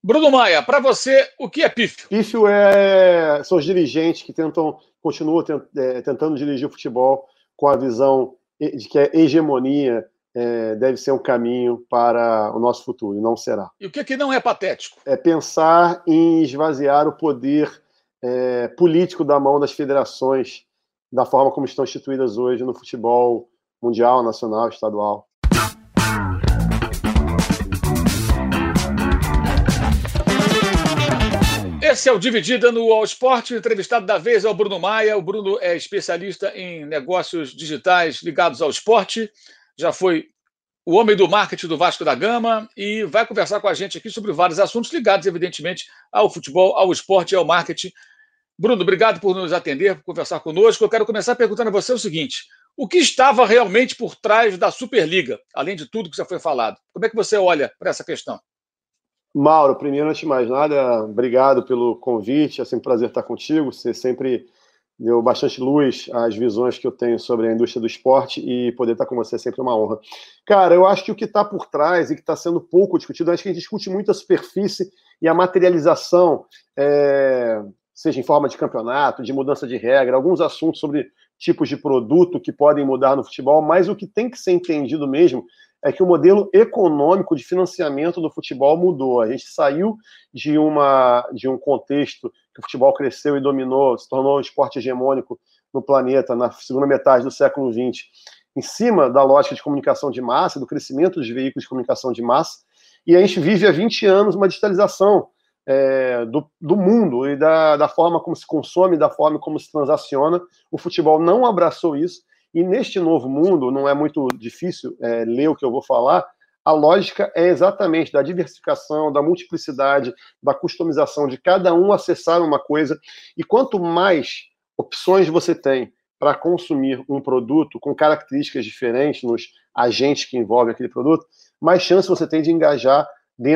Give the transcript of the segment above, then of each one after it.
Bruno Maia, para você, o que é pífio? Pífio são os dirigentes que continuam tentando dirigir o futebol com a visão de que a hegemonia deve ser um caminho para o nosso futuro, e não será. E o que não é patético? É pensar em esvaziar o poder político da mão das federações, da forma como estão instituídas hoje no futebol mundial, nacional, estadual. Esse é o Dividida no All Sport. O entrevistado da vez é o Bruno Maia. O Bruno é especialista em negócios digitais ligados ao esporte. Já foi o homem do marketing do Vasco da Gama e vai conversar com a gente aqui sobre vários assuntos ligados, evidentemente, ao futebol, ao esporte e ao marketing. Bruno, obrigado por nos atender, por conversar conosco. Eu quero começar perguntando a você o seguinte: o que estava realmente por trás da Superliga, além de tudo que já foi falado? Como é que você olha para essa questão? Mauro, primeiro, antes de mais nada, obrigado pelo convite, é sempre um prazer estar contigo, você sempre deu bastante luz às visões que eu tenho sobre a indústria do esporte e poder estar com você é sempre uma honra. Cara, eu acho que o que está por trás e que está sendo pouco discutido, acho que a gente discute muito a superfície e a materialização, seja em forma de campeonato, de mudança de regra, alguns assuntos sobre tipos de produto que podem mudar no futebol, mas o que tem que ser entendido mesmo é que o modelo econômico de financiamento do futebol mudou. A gente saiu de um contexto que o futebol cresceu e dominou, se tornou um esporte hegemônico no planeta na segunda metade do século XX, em cima da lógica de comunicação de massa, do crescimento dos veículos de comunicação de massa, e a gente vive há 20 anos uma digitalização do mundo e da forma como se consome, da forma como se transaciona. O futebol não abraçou isso. E neste novo mundo, não é muito difícil ler o que eu vou falar, a lógica é exatamente da diversificação, da multiplicidade, da customização de cada um acessar uma coisa. E quanto mais opções você tem para consumir um produto com características diferentes nos agentes que envolvem aquele produto, mais chance você tem de engajar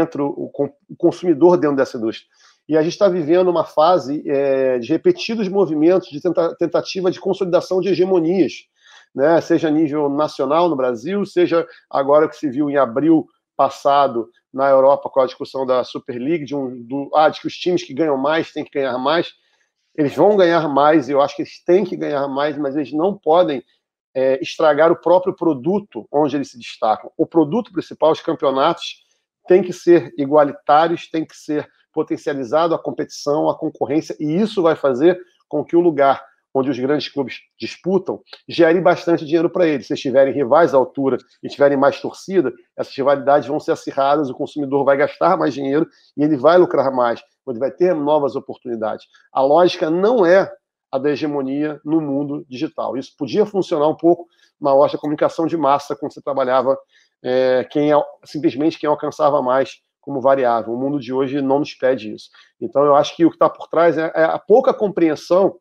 o consumidor dentro dessa indústria. E a gente está vivendo uma fase de repetidos movimentos de tentativa de consolidação de hegemonias, né, seja a nível nacional no Brasil, seja agora que se viu em abril passado na Europa com a discussão da Super League, de que os times que ganham mais têm que ganhar mais. Eles vão ganhar mais, eu acho que eles têm que ganhar mais, mas eles não podem estragar o próprio produto onde eles se destacam. O produto principal, os campeonatos, tem que ser igualitários, tem que ser potencializado a competição, a concorrência, e isso vai fazer com que o lugar onde os grandes clubes disputam, gere bastante dinheiro para eles. Se eles tiverem rivais à altura e tiverem mais torcida, essas rivalidades vão ser acirradas, o consumidor vai gastar mais dinheiro e ele vai lucrar mais, ele vai ter novas oportunidades. A lógica não é a da hegemonia no mundo digital. Isso podia funcionar um pouco na lógica da comunicação de massa, quando você trabalhava simplesmente quem alcançava mais como variável. O mundo de hoje não nos pede isso. Então, eu acho que o que está por trás é a pouca compreensão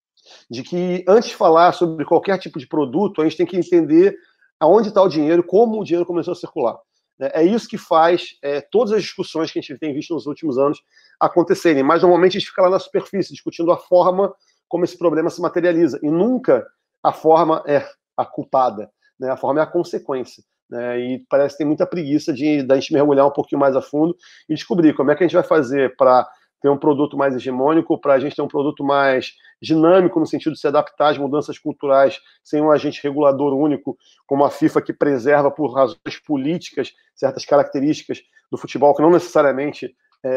de que, antes de falar sobre qualquer tipo de produto, a gente tem que entender aonde está o dinheiro, como o dinheiro começou a circular. É isso que faz todas as discussões que a gente tem visto nos últimos anos acontecerem, mas normalmente a gente fica lá na superfície, discutindo a forma como esse problema se materializa, e nunca a forma é a culpada, né? A forma é a consequência. E parece que tem muita preguiça da gente mergulhar um pouquinho mais a fundo e descobrir como é que a gente vai fazer para ter um produto mais hegemônico, para a gente ter um produto mais dinâmico, no sentido de se adaptar às mudanças culturais, sem um agente regulador único, como a FIFA, que preserva, por razões políticas, certas características do futebol que não necessariamente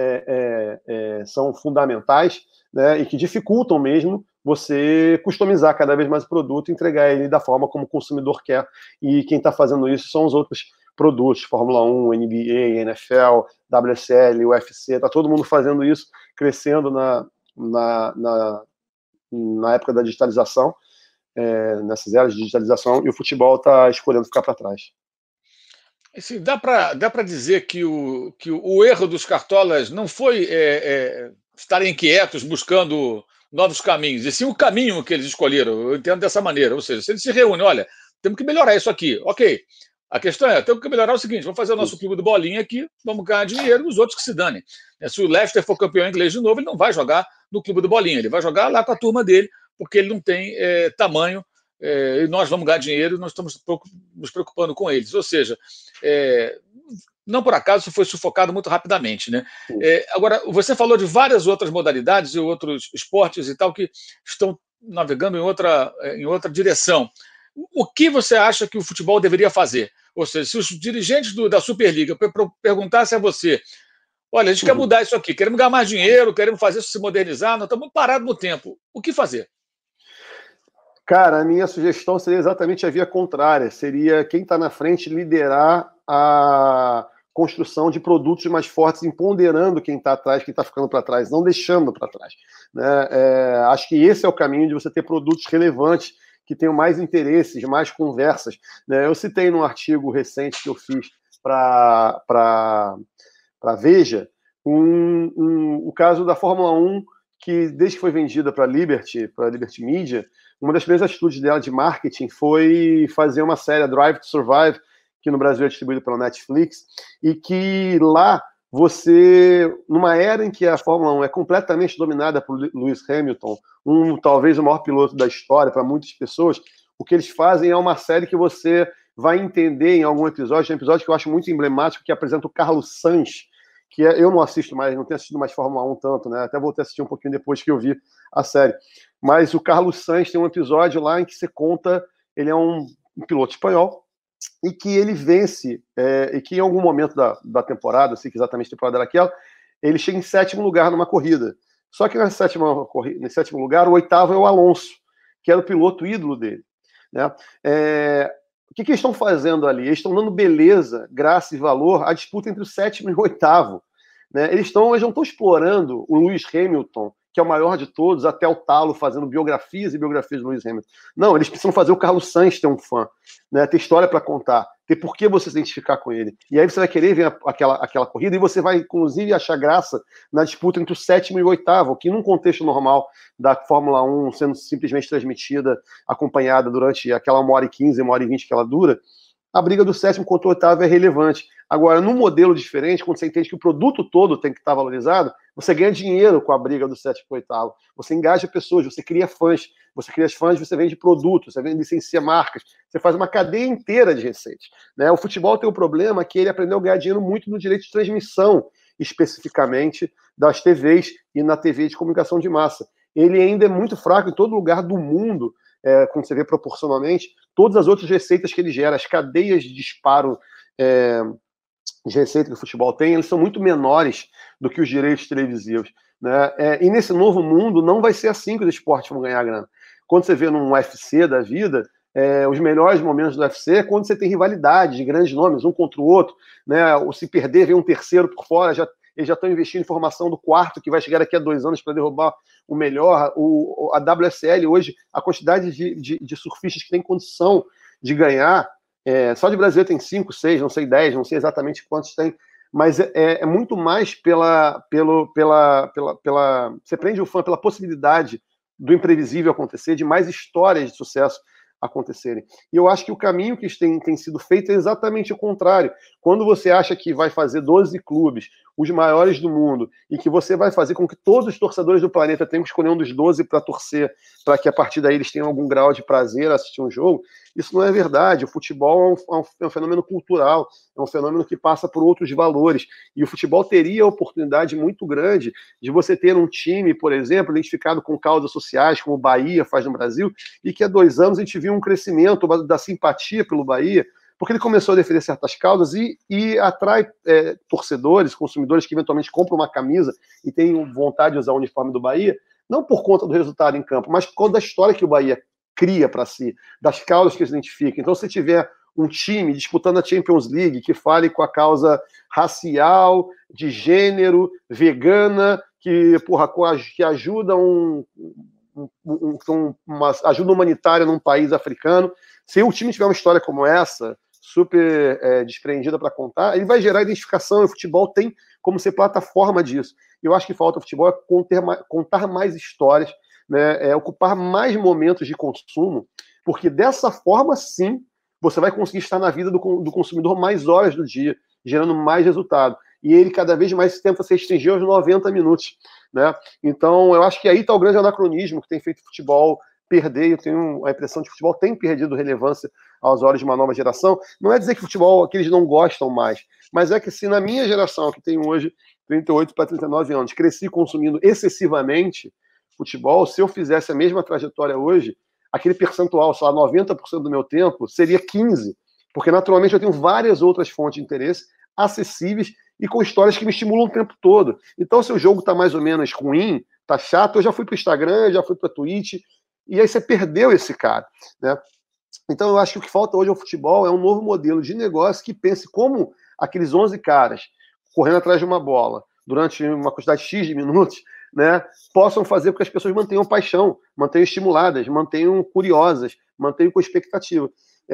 são fundamentais, né, e que dificultam mesmo você customizar cada vez mais o produto e entregar ele da forma como o consumidor quer. E quem está fazendo isso são os outros produtos, Fórmula 1, NBA, NFL, WSL, UFC, está todo mundo fazendo isso, crescendo na época da digitalização, nessas eras de digitalização, e o futebol está escolhendo ficar para trás. Assim, dá para dizer que o erro dos cartolas não foi estarem inquietos buscando novos caminhos, e sim o caminho que eles escolheram. Eu entendo dessa maneira. Ou seja, se eles se reúnem, olha, temos que melhorar isso aqui. Ok. A questão é, temos que melhorar o seguinte: vamos fazer o nosso clube de bolinha aqui, vamos ganhar dinheiro, os outros que se danem. Se o Leicester for campeão inglês de novo, ele não vai jogar no clube de bolinha, ele vai jogar lá com a turma dele, porque ele não tem tamanho e nós vamos ganhar dinheiro, nós estamos nos preocupando com eles. Ou seja, não por acaso isso foi sufocado muito rapidamente, né? Agora, você falou de várias outras modalidades e outros esportes e tal que estão navegando em outra direção. O que você acha que o futebol deveria fazer? Ou seja, se os dirigentes da Superliga perguntassem a você: olha, a gente quer mudar isso aqui, queremos ganhar mais dinheiro, queremos fazer isso se modernizar, nós estamos parados no tempo. O que fazer? Cara, a minha sugestão seria exatamente a via contrária. Seria quem está na frente liderar a construção de produtos mais fortes, empoderando quem está atrás, quem está ficando para trás, não deixando para trás. Né? Acho que esse é o caminho de você ter produtos relevantes, que tenham mais interesses, mais conversas. Né? Eu citei num artigo recente que eu fiz para Veja o caso da Fórmula 1, que desde que foi vendida para a Liberty Media, uma das primeiras atitudes dela de marketing foi fazer uma série, Drive to Survive, que no Brasil é distribuída pela Netflix, e que lá você, numa era em que a Fórmula 1 é completamente dominada por Lewis Hamilton, talvez o maior piloto da história para muitas pessoas, o que eles fazem é uma série que você vai entender em algum episódio, tem um episódio que eu acho muito emblemático, que apresenta o Carlos Sainz, que eu não assisto mais, não tenho assistido mais Fórmula 1 tanto, né? Até voltei a assistir um pouquinho depois que eu vi a série. Mas o Carlos Sainz tem um episódio lá em que você conta, ele é um piloto espanhol, e que ele vence, e que em algum momento da temporada, sei que exatamente a temporada era aquela, ele chega em 7º lugar numa corrida. Só que nesse 7º lugar, o 8º é o Alonso, que era o piloto ídolo dele. Né? O que eles estão fazendo ali? Eles estão dando beleza, graça e valor à disputa entre o 7º e o 8º. Né? Eles não estão explorando o Lewis Hamilton, que é o maior de todos, até o talo, fazendo biografias e biografias do Lewis Hamilton. Não, eles precisam fazer o Carlos Sainz ter um fã, né? Ter história para contar, ter por que você se identificar com ele. E aí você vai querer ver aquela corrida e você vai, inclusive, achar graça na disputa entre o 7º e o 8º, que num contexto normal da Fórmula 1 sendo simplesmente transmitida, acompanhada durante aquela 1h15, 1h20 que ela dura, a briga do 7º contra o 8º é relevante. Agora, num modelo diferente, quando você entende que o produto todo tem que estar valorizado, você ganha dinheiro com a briga do 7º para o 8º. Você engaja pessoas, você cria fãs. Você cria fãs, você vende produtos, você licencia marcas, você faz uma cadeia inteira de receitas. Né? O futebol tem um problema que ele aprendeu a ganhar dinheiro muito no direito de transmissão, especificamente das TVs e na TV de comunicação de massa. Ele ainda é muito fraco em todo lugar do mundo, como você vê proporcionalmente, todas as outras receitas que ele gera, as cadeias de disparo de receita que o futebol tem, eles são muito menores do que os direitos televisivos. Né? E nesse novo mundo não vai ser assim que os esportes vão ganhar grana. Quando você vê num UFC da vida, os melhores momentos do UFC é quando você tem rivalidade de grandes nomes, um contra o outro, né? Ou se perder, vem um terceiro por fora, eles já estão investindo em formação do quarto, que vai chegar daqui a 2 anos para derrubar o melhor. A WSL hoje, a quantidade de surfistas que tem condição de ganhar, só de Brasil tem 5, 6, não sei 10, não sei exatamente quantos tem, mas é muito mais você prende o fã pela possibilidade do imprevisível acontecer, de mais histórias de sucesso acontecerem. E eu acho que o caminho que tem sido feito é exatamente o contrário. Quando você acha que vai fazer 12 clubes, os maiores do mundo, e que você vai fazer com que todos os torcedores do planeta tenham que escolher um dos 12 para torcer, para que a partir daí eles tenham algum grau de prazer a assistir um jogo, isso não é verdade. O futebol é um fenômeno cultural, é um fenômeno que passa por outros valores, e o futebol teria a oportunidade muito grande de você ter um time, por exemplo, identificado com causas sociais, como o Bahia faz no Brasil, e que há 2 anos a gente viu um crescimento da simpatia pelo Bahia, porque ele começou a defender certas causas e atrai torcedores, consumidores que eventualmente compram uma camisa e têm vontade de usar o uniforme do Bahia, não por conta do resultado em campo, mas por conta da história que o Bahia cria para si, das causas que se identifica. Então, se tiver um time disputando a Champions League que fale com a causa racial, de gênero, vegana, que ajuda uma ajuda humanitária num país africano, se o time tiver uma história como essa, super despreendida para contar, ele vai gerar identificação, e o futebol tem como ser plataforma disso. Eu acho que falta ao futebol contar mais histórias, né, ocupar mais momentos de consumo, porque dessa forma, sim, você vai conseguir estar na vida do consumidor mais horas do dia, gerando mais resultado. E ele cada vez mais tenta se restringir aos 90 minutos. Né? Então, eu acho que aí está o grande anacronismo que tem feito o futebol perder, eu tenho a impressão de que o futebol tem perdido relevância aos olhos de uma nova geração. Não é dizer que futebol que eles não gostam mais, mas é que se na minha geração, que tenho hoje 38 para 39 anos, cresci consumindo excessivamente futebol, se eu fizesse a mesma trajetória hoje, aquele percentual, sei lá, 90% do meu tempo seria 15%, porque naturalmente eu tenho várias outras fontes de interesse acessíveis e com histórias que me estimulam o tempo todo. Então, se o jogo está mais ou menos ruim, tá chato, eu já fui para o Instagram, eu já fui para a Twitch, e aí você perdeu esse cara, né? Então, eu acho que o que falta hoje ao futebol é um novo modelo de negócio que pense como aqueles 11 caras correndo atrás de uma bola durante uma quantidade X de minutos, né, possam fazer com que as pessoas mantenham paixão, mantenham estimuladas, mantenham curiosas, mantenham com expectativa.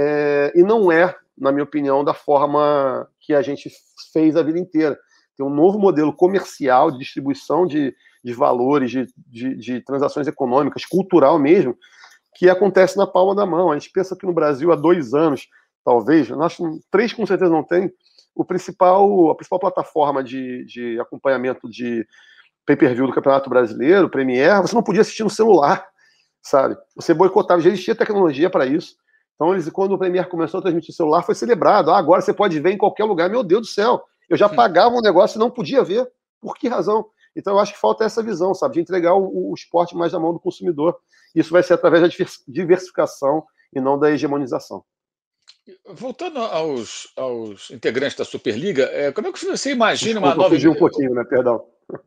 E não é, na minha opinião, da forma que a gente fez a vida inteira. Tem um novo modelo comercial de distribuição de valores, de transações econômicas, cultural mesmo, que acontece na palma da mão. A gente pensa que no Brasil há 2 anos, talvez, nós 3 com certeza não tem, a principal plataforma de acompanhamento de pay-per-view do Campeonato Brasileiro, Premier, você não podia assistir no celular, sabe? Você boicotava, já existia tecnologia para isso. Então, quando o Premier começou a transmitir o celular, foi celebrado. Agora você pode ver em qualquer lugar. Meu Deus do céu, eu já pagava um negócio e não podia ver. Por que razão? Então, eu acho que falta essa visão, sabe? De entregar o esporte mais na mão do consumidor. Isso vai ser através da diversificação e não da hegemonização. Voltando aos integrantes da Superliga, como é que você imagina Desculpa, uma nova... eu fugi um pouquinho, né? Perdão.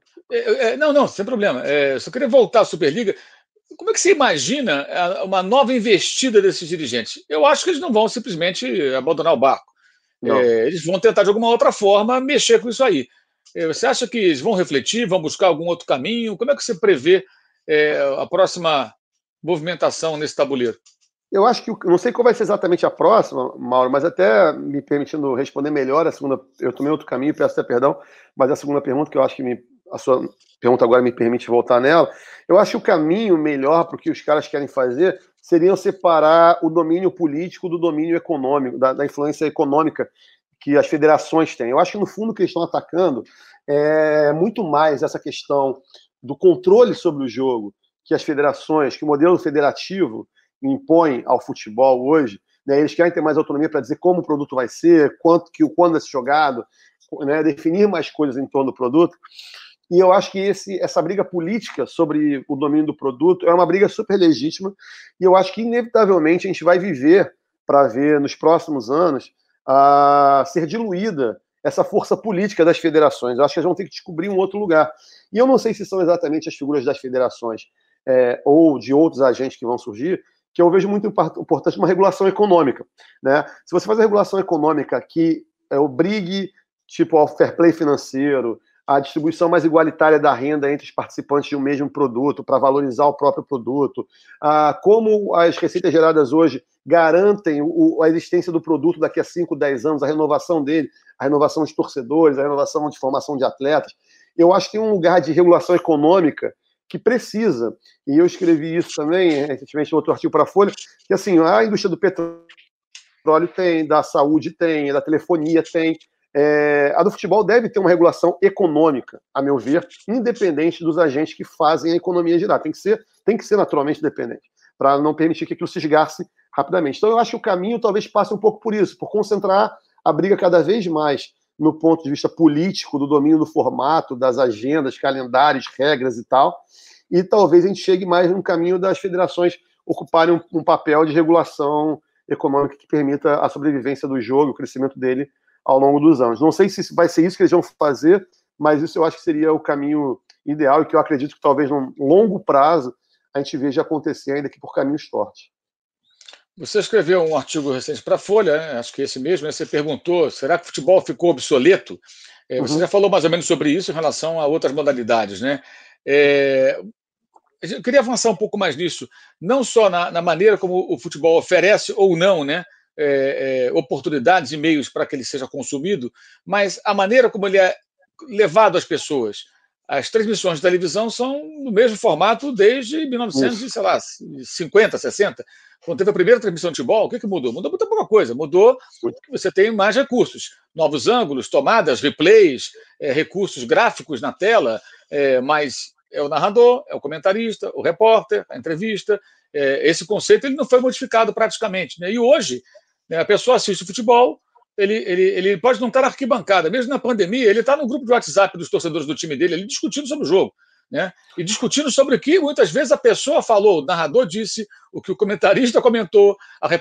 Não, sem problema. Só queria voltar à Superliga. Como é que você imagina uma nova investida desses dirigentes? Eu acho que eles não vão simplesmente abandonar o barco. Eles vão tentar, de alguma outra forma, mexer com isso aí. Você acha que eles vão refletir, vão buscar algum outro caminho? Como é que você prevê a próxima movimentação nesse tabuleiro? Eu acho que, não sei qual vai ser exatamente a próxima, Mauro, mas até me permitindo responder melhor a segunda, eu tomei outro caminho, peço até perdão, mas a segunda pergunta, que eu acho que a sua pergunta agora me permite voltar nela, eu acho que o caminho melhor para o que os caras querem fazer seria separar o domínio político do domínio econômico, da influência econômica que as federações têm. Eu acho que, no fundo, o que eles estão atacando é muito mais essa questão do controle sobre o jogo que as federações, que o modelo federativo impõe ao futebol hoje, né? Eles querem ter mais autonomia para dizer como o produto vai ser, quando vai ser jogado, né? Definir mais coisas em torno do produto. E eu acho que essa briga política sobre o domínio do produto é uma briga super legítima, e eu acho que, inevitavelmente, a gente vai viver para ver, nos próximos anos, a ser diluída essa força política das federações. Eu acho que elas vão ter que descobrir um outro lugar. E eu não sei se são exatamente as figuras das federações ou de outros agentes que vão surgir, que eu vejo muito importante uma regulação econômica, né? Se você faz a regulação econômica que obrigue, tipo, ao fair play financeiro, a distribuição mais igualitária da renda entre os participantes de um mesmo produto, para valorizar o próprio produto, como as receitas geradas hoje garantem a existência do produto daqui a 5, 10 anos, a renovação dele, a renovação de torcedores, a renovação de formação de atletas. Eu acho que tem um lugar de regulação econômica que precisa, e eu escrevi isso também, recentemente, em outro artigo para a Folha, que assim, a indústria do petróleo tem, da saúde tem, da telefonia tem, a do futebol deve ter uma regulação econômica, a meu ver, independente dos agentes que fazem a economia girar. Tem que ser naturalmente independente, para não permitir que aquilo se esgarce rapidamente. Então eu acho que o caminho talvez passe um pouco por isso, por concentrar a briga cada vez mais no ponto de vista político, do domínio do formato, das agendas, calendários, regras e tal, e talvez a gente chegue mais no caminho das federações ocuparem um papel de regulação econômica que permita a sobrevivência do jogo, o crescimento dele ao longo dos anos. Não sei se vai ser isso que eles vão fazer, mas isso eu acho que seria o caminho ideal e que eu acredito que talvez num longo prazo a gente veja acontecer ainda que por caminhos tortos. Você escreveu um artigo recente para a Folha, né? Acho que esse mesmo, né? Você perguntou, será que o futebol ficou obsoleto? Você já falou mais ou menos sobre isso em relação a outras modalidades, né? Eu queria avançar um pouco mais nisso, não só na maneira como o futebol oferece ou não, né, oportunidades e meios para que ele seja consumido, mas a maneira como ele é levado às pessoas. As transmissões de televisão são no mesmo formato desde 1950, 60. Quando teve a primeira transmissão de futebol, o que mudou? Mudou muita pouca coisa. Mudou que você tem mais recursos, novos ângulos, tomadas, replays, recursos gráficos na tela, mas é o narrador, é o comentarista, o repórter, a entrevista, esse conceito ele não foi modificado praticamente, né? E hoje, né, a pessoa assiste futebol, ele pode não estar na arquibancada, mesmo na pandemia, ele está no grupo de WhatsApp dos torcedores do time dele, ali discutindo sobre o jogo, né? E discutindo sobre o que muitas vezes a pessoa falou, o narrador disse, o que o comentarista comentou,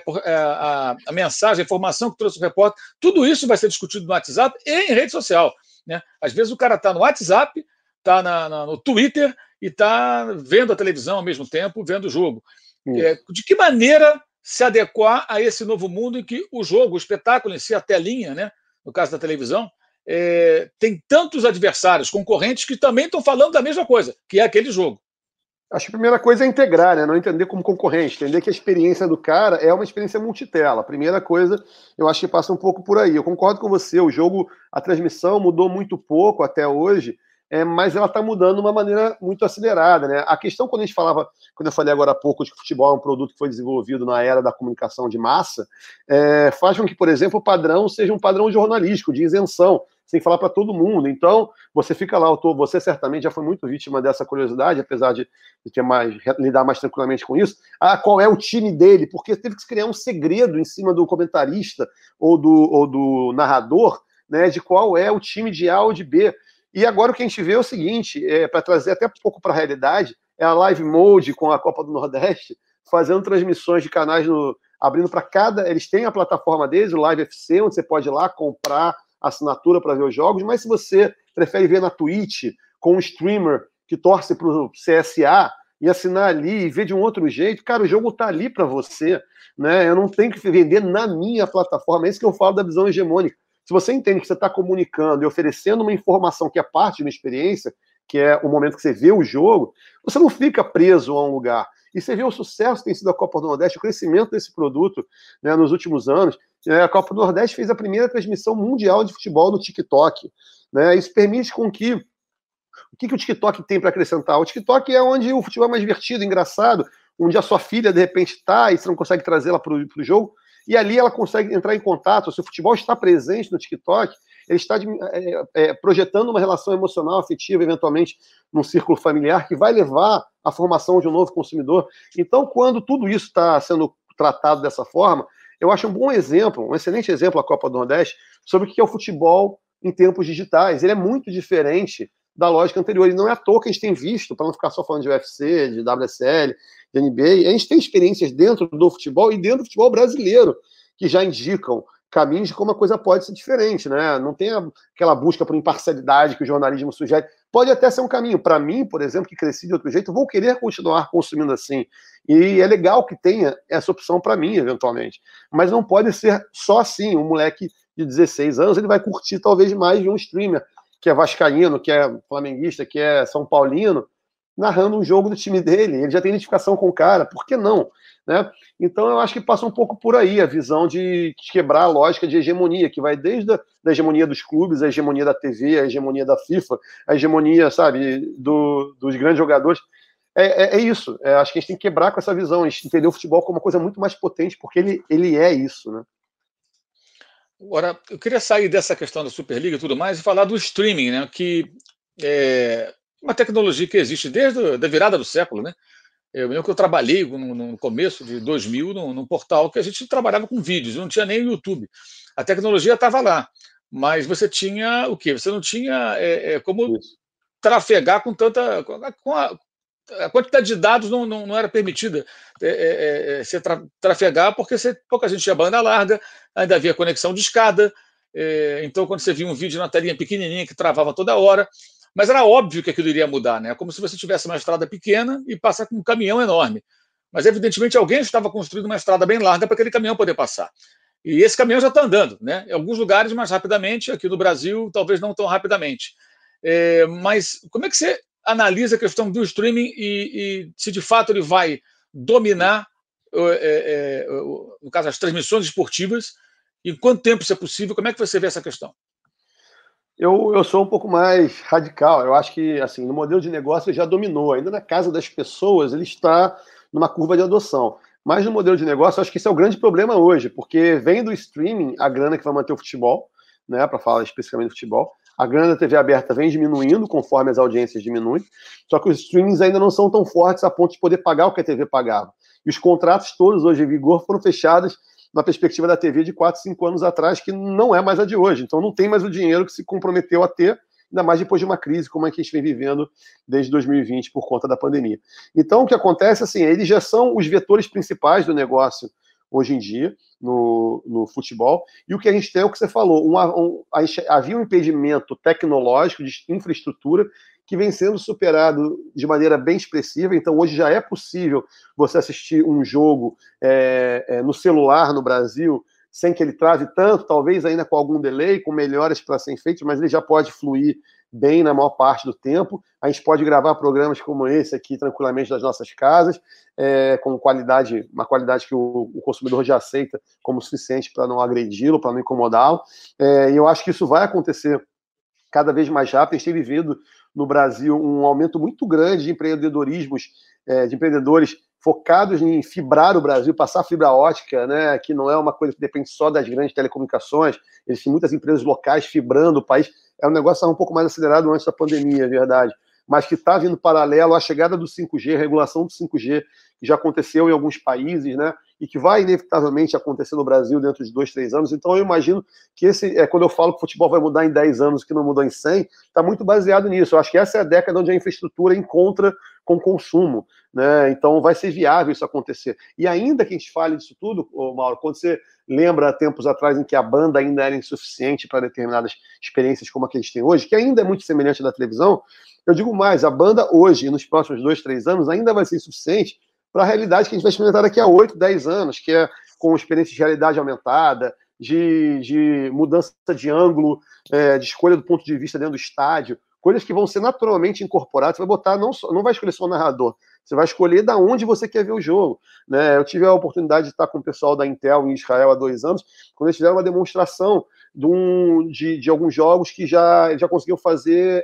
a mensagem, a informação que trouxe o repórter, tudo isso vai ser discutido no WhatsApp e em rede social, né? Às vezes o cara está no WhatsApp, está no Twitter e está vendo a televisão ao mesmo tempo, vendo o jogo. De que maneira se adequar a esse novo mundo em que o jogo, o espetáculo em si, a telinha, né, no caso da televisão, tem tantos adversários, concorrentes, que também estão falando da mesma coisa, que é aquele jogo? Acho que a primeira coisa é integrar, né? Não entender como concorrente, entender que a experiência do cara é uma experiência multitela. A primeira coisa, eu acho que passa um pouco por aí. Eu concordo com você, o jogo, a transmissão mudou muito pouco até hoje, mas ela está mudando de uma maneira muito acelerada, né? A questão, quando eu falei agora há pouco de que o futebol é um produto que foi desenvolvido na era da comunicação de massa, faz com que, por exemplo, o padrão seja um padrão jornalístico, de isenção, sem falar para todo mundo. Então, você fica lá, você certamente já foi muito vítima dessa curiosidade, apesar de lidar mais tranquilamente com isso. Qual é o time dele? Porque teve que se criar um segredo em cima do comentarista ou do narrador, né, de qual é o time de A ou de B. E agora o que a gente vê é o seguinte, para trazer até um pouco para a realidade, é a Live Mode com a Copa do Nordeste, fazendo transmissões de canais, abrindo para eles têm a plataforma deles, o Live FC, onde você pode ir lá comprar assinatura para ver os jogos, mas se você prefere ver na Twitch, com um streamer que torce para o CSA, e assinar ali e ver de um outro jeito, cara, o jogo está ali para você, né? Eu não tenho que vender na minha plataforma, é isso que eu falo da visão hegemônica. Se você entende que você está comunicando e oferecendo uma informação que é parte de uma experiência, que é o momento que você vê o jogo, você não fica preso a um lugar. E você vê o sucesso que tem sido a Copa do Nordeste, o crescimento desse produto, né, nos últimos anos. A Copa do Nordeste fez a primeira transmissão mundial de futebol no TikTok, né? Isso permite com que... O que o TikTok tem para acrescentar? O TikTok é onde o futebol é mais divertido, engraçado, onde a sua filha, de repente, está e você não consegue trazê-la para o jogo, e ali ela consegue entrar em contato. Se o futebol está presente no TikTok, ele está projetando uma relação emocional, afetiva, eventualmente, num círculo familiar, que vai levar à formação de um novo consumidor. Então, quando tudo isso está sendo tratado dessa forma, eu acho um bom exemplo, um excelente exemplo a Copa do Nordeste, sobre o que é o futebol em tempos digitais. Ele é muito diferente da lógica anterior. E não é à toa que a gente tem visto, para não ficar só falando de UFC, de WSL, de NBA, a gente tem experiências dentro do futebol e dentro do futebol brasileiro que já indicam caminhos de como a coisa pode ser diferente, né? Não tem aquela busca por imparcialidade que o jornalismo sugere. Pode até ser um caminho. Para mim, por exemplo, que cresci de outro jeito, vou querer continuar consumindo assim. E é legal que tenha essa opção para mim, eventualmente. Mas não pode ser só assim. Um moleque de 16 anos, ele vai curtir talvez mais de um streamer que é vascaíno, que é flamenguista, que é são paulino, narrando um jogo do time dele. Ele já tem identificação com o cara, por que não? Né? Então eu acho que passa um pouco por aí a visão de quebrar a lógica de hegemonia, que vai desde a hegemonia dos clubes, a hegemonia da TV, a hegemonia da FIFA, a hegemonia, sabe, dos grandes jogadores. É isso. Acho que a gente tem que quebrar com essa visão, a gente entender o futebol como uma coisa muito mais potente, porque ele é isso, né? Agora, eu queria sair dessa questão da Superliga e tudo mais e falar do streaming, né? Que é uma tecnologia que existe desde a virada do século, né? Eu lembro que eu trabalhei no começo de 2000 num portal que a gente trabalhava com vídeos, não tinha nem o YouTube. A tecnologia estava lá, mas você tinha o quê? Você não tinha como trafegar com tanta... A quantidade de dados não era permitida você trafegar, porque pouca gente tinha banda larga, ainda havia conexão de escada, então quando você via um vídeo na telinha pequenininha que travava toda hora, mas era óbvio que aquilo iria mudar, né? Como se você tivesse uma estrada pequena e passar com um caminhão enorme. Mas evidentemente alguém estava construindo uma estrada bem larga para aquele caminhão poder passar. E esse caminhão já está andando, né? Em alguns lugares mais rapidamente, aqui no Brasil talvez não tão rapidamente. Mas como é que você analisa a questão do streaming e se de fato ele vai dominar, no caso, as transmissões esportivas, em quanto tempo isso é possível? Como é que você vê essa questão? Eu sou um pouco mais radical. Eu acho que, assim, no modelo de negócio ele já dominou. Ainda na casa das pessoas ele está numa curva de adoção. Mas no modelo de negócio, eu acho que esse é o grande problema hoje, porque vem do streaming a grana que vai manter o futebol, né, para falar especificamente do futebol. A grana da TV aberta vem diminuindo conforme as audiências diminuem, só que os streamings ainda não são tão fortes a ponto de poder pagar o que a TV pagava. E os contratos todos hoje em vigor foram fechados na perspectiva da TV de 4, 5 anos atrás, que não é mais a de hoje. Então não tem mais o dinheiro que se comprometeu a ter, ainda mais depois de uma crise como a que a gente vem vivendo desde 2020 por conta da pandemia. Então o que acontece, assim, eles já são os vetores principais do negócio hoje em dia no futebol, e o que a gente tem é o que você falou, havia um impedimento tecnológico de infraestrutura que vem sendo superado de maneira bem expressiva. Então hoje já é possível você assistir um jogo no celular no Brasil, sem que ele trave tanto, talvez ainda com algum delay, com melhoras para serem feitas, mas ele já pode fluir bem na maior parte do tempo. A gente pode gravar programas como esse aqui tranquilamente das nossas casas, com qualidade, uma qualidade que o consumidor já aceita como suficiente para não agredi-lo, para não incomodá-lo. E eu acho que isso vai acontecer cada vez mais rápido. A gente tem vivido no Brasil um aumento muito grande de empreendedorismos, de empreendedores focados em fibrar o Brasil, passar fibra ótica, né, que não é uma coisa que depende só das grandes telecomunicações. Existem muitas empresas locais fibrando o país. É um negócio um pouco mais acelerado antes da pandemia, é verdade, mas que está vindo paralelo à chegada do 5G, a regulação do 5G, que já aconteceu em alguns países, né, e que vai inevitavelmente acontecer no Brasil dentro de 2, 3 anos. Então eu imagino que quando eu falo que o futebol vai mudar em 10 anos, que não mudou em 100, está muito baseado nisso. Eu acho que essa é a década onde a infraestrutura encontra com o consumo, né? Então vai ser viável isso acontecer. E ainda que a gente fale disso tudo, Mauro, quando você lembra tempos atrás em que a banda ainda era insuficiente para determinadas experiências como a que a gente tem hoje, que ainda é muito semelhante da televisão, eu digo mais, a banda hoje e nos próximos 2, 3 anos ainda vai ser insuficiente para a realidade que a gente vai experimentar daqui a 8, 10 anos, que é com experiência de realidade aumentada, de mudança de ângulo, de escolha do ponto de vista dentro do estádio, coisas que vão ser naturalmente incorporadas. Você vai botar, não vai escolher só o narrador, você vai escolher da onde você quer ver o jogo, né? Eu tive a oportunidade de estar com o pessoal da Intel em Israel há 2 anos, quando eles fizeram uma demonstração de alguns jogos que já conseguiam fazer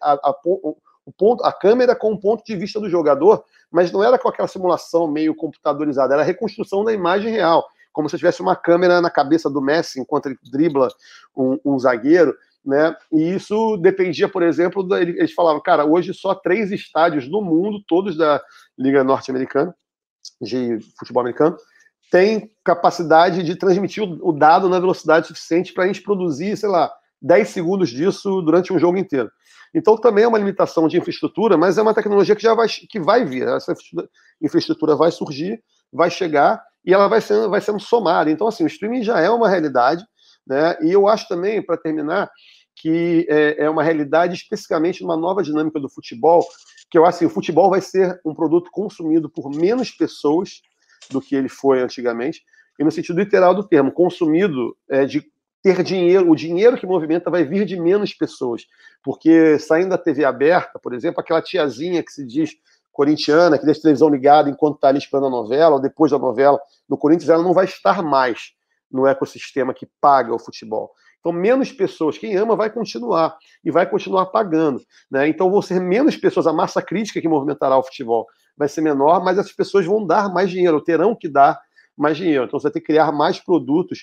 a câmera com o ponto de vista do jogador, mas não era com aquela simulação meio computadorizada, era a reconstrução da imagem real, como se tivesse uma câmera na cabeça do Messi enquanto ele dribla um zagueiro, né? E isso dependia, por exemplo, eles falavam, cara, hoje só 3 estádios no mundo, todos da Liga Norte-Americana, de futebol americano, tem capacidade de transmitir o dado na velocidade suficiente para a gente produzir, sei lá, 10 segundos disso durante um jogo inteiro. Então também é uma limitação de infraestrutura, mas é uma tecnologia que vai vir. Essa infraestrutura vai surgir, vai chegar e ela vai sendo somada. Então, assim, o streaming já é uma realidade, né? E eu acho também, para terminar, que é uma realidade especificamente numa nova dinâmica do futebol, que eu acho assim, o futebol vai ser um produto consumido por menos pessoas do que ele foi antigamente, e no sentido literal do termo, consumido de ter dinheiro, o dinheiro que movimenta vai vir de menos pessoas, porque saindo da TV aberta, por exemplo, aquela tiazinha que se diz corintiana, que deixa a televisão ligada enquanto está ali esperando a novela, ou depois da novela, no Corinthians, ela não vai estar mais no ecossistema que paga o futebol. Então, menos pessoas, quem ama vai continuar, e vai continuar pagando, né? Então, vão ser menos pessoas, a massa crítica que movimentará o futebol vai ser menor, mas essas pessoas vão dar mais dinheiro, terão que dar mais dinheiro. Então, você vai ter que criar mais produtos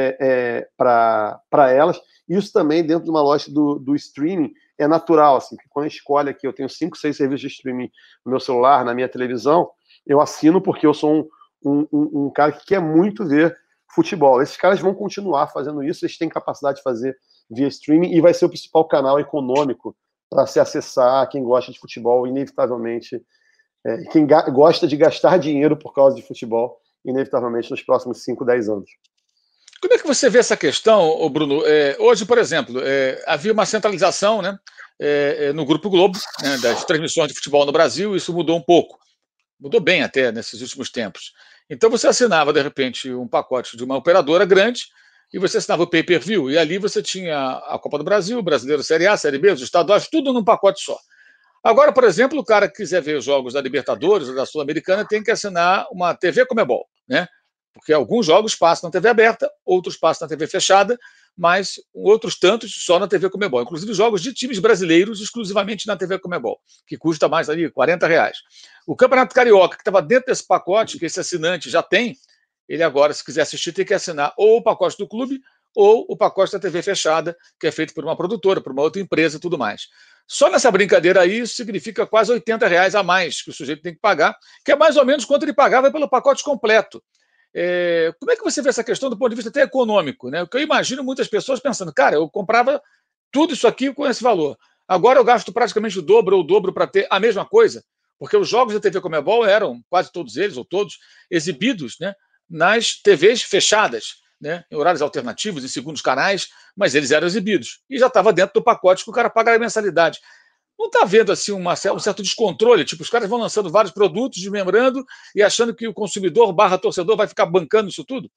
para elas. Isso também, dentro de uma lógica do streaming, é natural, assim, que quando a gente escolhe aqui, eu tenho 5, 6 serviços de streaming no meu celular, na minha televisão, eu assino porque eu sou um cara que quer muito ver futebol. Esses caras vão continuar fazendo isso, eles têm capacidade de fazer via streaming e vai ser o principal canal econômico para se acessar quem gosta de futebol, inevitavelmente, quem gosta de gastar dinheiro por causa de futebol, inevitavelmente nos próximos 5, 10 anos. Como é que você vê essa questão, Bruno? Hoje, por exemplo, havia uma centralização, né, no Grupo Globo, né, das transmissões de futebol no Brasil, isso mudou um pouco. Mudou bem até nesses últimos tempos. Então você assinava, de repente, um pacote de uma operadora grande e você assinava o pay-per-view. E ali você tinha a Copa do Brasil, o Brasileiro Série A, Série B, os estaduais, tudo num pacote só. Agora, por exemplo, o cara que quiser ver os jogos da Libertadores ou da Sul-Americana tem que assinar uma TV Comebol, né? Porque alguns jogos passam na TV aberta, outros passam na TV fechada, mas outros tantos só na TV Comebol. Inclusive jogos de times brasileiros exclusivamente na TV Comebol, que custa mais ali R$40. O Campeonato Carioca, que estava dentro desse pacote, que esse assinante já tem, ele agora, se quiser assistir, tem que assinar ou o pacote do clube ou o pacote da TV fechada, que é feito por uma produtora, por uma outra empresa e tudo mais. Só nessa brincadeira aí, isso significa quase R$ 80 a mais que o sujeito tem que pagar, que é mais ou menos quanto ele pagava pelo pacote completo. Como é que você vê essa questão do ponto de vista até econômico, né? Porque eu imagino muitas pessoas pensando, cara, eu comprava tudo isso aqui com esse valor. Agora eu gasto praticamente o dobro ou o dobro para ter a mesma coisa, porque os jogos da TV Comebol eram, quase todos eles, ou todos, exibidos, né, nas TVs fechadas, né, em horários alternativos, em segundos canais, mas eles eram exibidos. E já estava dentro do pacote que o cara paga a mensalidade. Não está vendo assim um certo descontrole? Tipo, os caras vão lançando vários produtos, desmembrando e achando que o consumidor / torcedor vai ficar bancando isso tudo?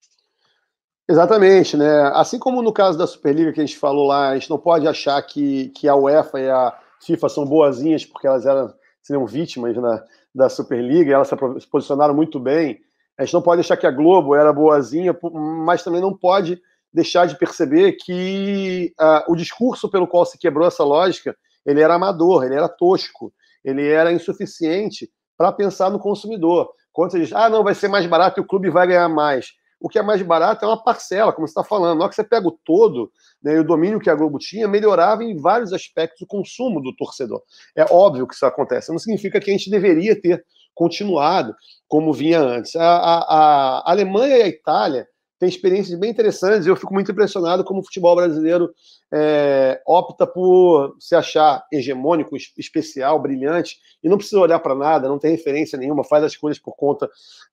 Exatamente, né? Assim como no caso da Superliga que a gente falou lá, a gente não pode achar que a UEFA e a FIFA são boazinhas porque elas seriam vítimas da Superliga e elas se posicionaram muito bem. A gente não pode achar que a Globo era boazinha, mas também não pode deixar de perceber que o discurso pelo qual se quebrou essa lógica, ele era amador, ele era tosco, ele era insuficiente para pensar no consumidor. Quando você diz, não, vai ser mais barato e o clube vai ganhar mais. O que é mais barato é uma parcela, como você está falando. Na hora que você pega o todo, né, e o domínio que a Globo tinha, melhorava em vários aspectos o consumo do torcedor. É óbvio que isso acontece. Não significa que a gente deveria ter continuado como vinha antes. A Alemanha e a Itália têm experiências bem interessantes e eu fico muito impressionado como o futebol brasileiro opta por se achar hegemônico, especial, brilhante, e não precisa olhar para nada, não tem referência nenhuma, faz as coisas por conta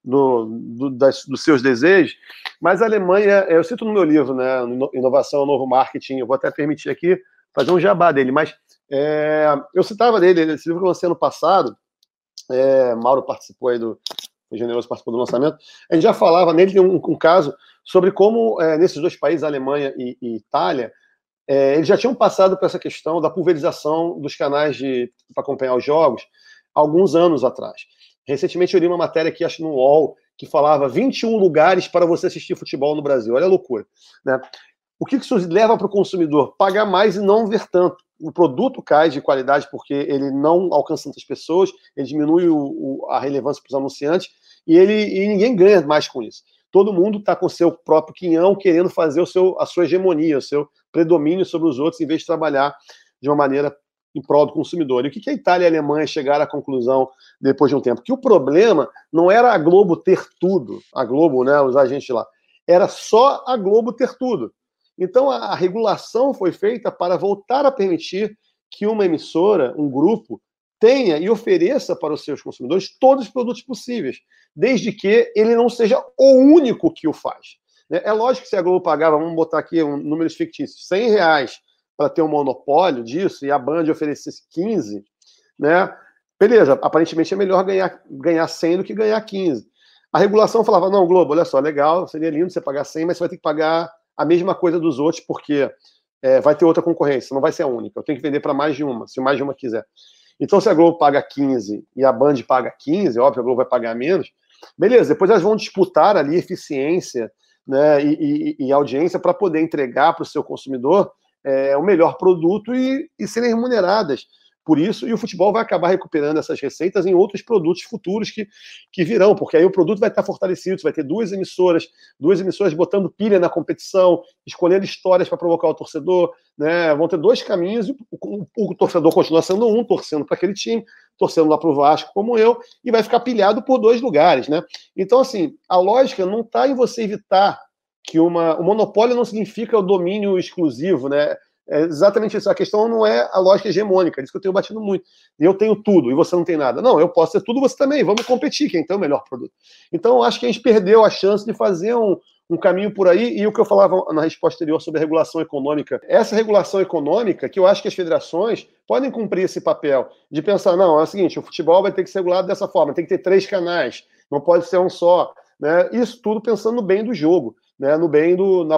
dos seus desejos. Mas a Alemanha, eu cito no meu livro, né, Inovação, Novo Marketing, eu vou até permitir aqui fazer um jabá dele, mas eu citava dele, esse livro que eu lancei ano passado, Mauro participou aí o Generoso participou do lançamento, a gente já falava nele, tem um caso sobre como nesses dois países, Alemanha e Itália, eles já tinham passado por essa questão da pulverização dos canais para acompanhar os jogos alguns anos atrás. Recentemente eu li uma matéria aqui, acho no UOL, que falava 21 lugares para você assistir futebol no Brasil. Olha a loucura, né? O que isso leva para o consumidor? Pagar mais e não ver tanto. O produto cai de qualidade porque ele não alcança tantas pessoas, ele diminui a relevância para os anunciantes e ninguém ganha mais com isso. Todo mundo está com o seu próprio quinhão querendo fazer a sua hegemonia, o seu predomínio sobre os outros, em vez de trabalhar de uma maneira em prol do consumidor. E o que a Itália e a Alemanha chegaram à conclusão depois de um tempo? Que o problema não era a Globo ter tudo, a Globo, né, os agentes lá, era só a Globo ter tudo. Então a regulação foi feita para voltar a permitir que uma emissora, um grupo, tenha e ofereça para os seus consumidores todos os produtos possíveis, desde que ele não seja o único que o faz. É lógico que se a Globo pagava, vamos botar aqui números fictícios, R$100 para ter um monopólio disso, e a Band oferecesse 15, né? Beleza, aparentemente é melhor ganhar 100 do que ganhar 15. A regulação falava, não, Globo, olha só, legal, seria lindo você pagar 100, mas você vai ter que pagar a mesma coisa dos outros, porque vai ter outra concorrência, não vai ser a única. Eu tenho que vender para mais de uma, se mais de uma quiser. Então, se a Globo paga 15 e a Band paga 15, óbvio, a Globo vai pagar menos, beleza, depois elas vão disputar ali eficiência, né, e audiência para poder entregar para o seu consumidor o melhor produto e serem remuneradas por isso, e o futebol vai acabar recuperando essas receitas em outros produtos futuros que virão, porque aí o produto vai estar fortalecido, você vai ter duas emissoras botando pilha na competição, escolhendo histórias para provocar o torcedor, né? Vão ter dois caminhos, o torcedor continua sendo um, torcendo para aquele time, torcendo lá para o Vasco, como eu, e vai ficar pilhado por dois lugares, né? Então, assim, a lógica não está em você evitar que o monopólio não significa o domínio exclusivo, né? É exatamente isso. A questão não é a lógica hegemônica, é isso que eu tenho batido muito. Eu tenho tudo e você não tem nada. Não, eu posso ter tudo, você também. Vamos competir, quem tem o melhor produto. Então, eu acho que a gente perdeu a chance de fazer um caminho por aí, e o que eu falava na resposta anterior sobre a regulação econômica. Essa regulação econômica, que eu acho que as federações podem cumprir esse papel, de pensar, não, é o seguinte, o futebol vai ter que ser regulado dessa forma, tem que ter 3 canais, não pode ser um só. Né? Isso tudo pensando no bem do jogo. Né, no bem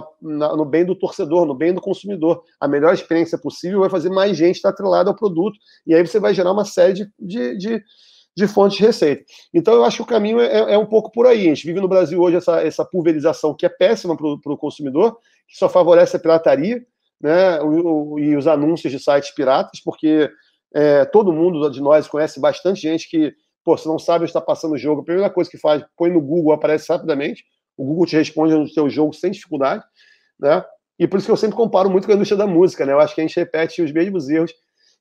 do torcedor, no bem do consumidor. A melhor experiência possível vai fazer mais gente estar atrelada ao produto, e aí você vai gerar uma série de fontes de receita. Então eu acho que o caminho é um pouco por aí. A gente vive no Brasil hoje essa pulverização que é péssima para o consumidor, que só favorece a pirataria, né, e os anúncios de sites piratas, porque todo mundo de nós conhece bastante gente que, se não sabe onde está passando o jogo, a primeira coisa que faz, põe no Google, aparece rapidamente. O Google te responde no seu jogo sem dificuldade, né? E por isso que eu sempre comparo muito com a indústria da música, né? Eu acho que a gente repete os mesmos erros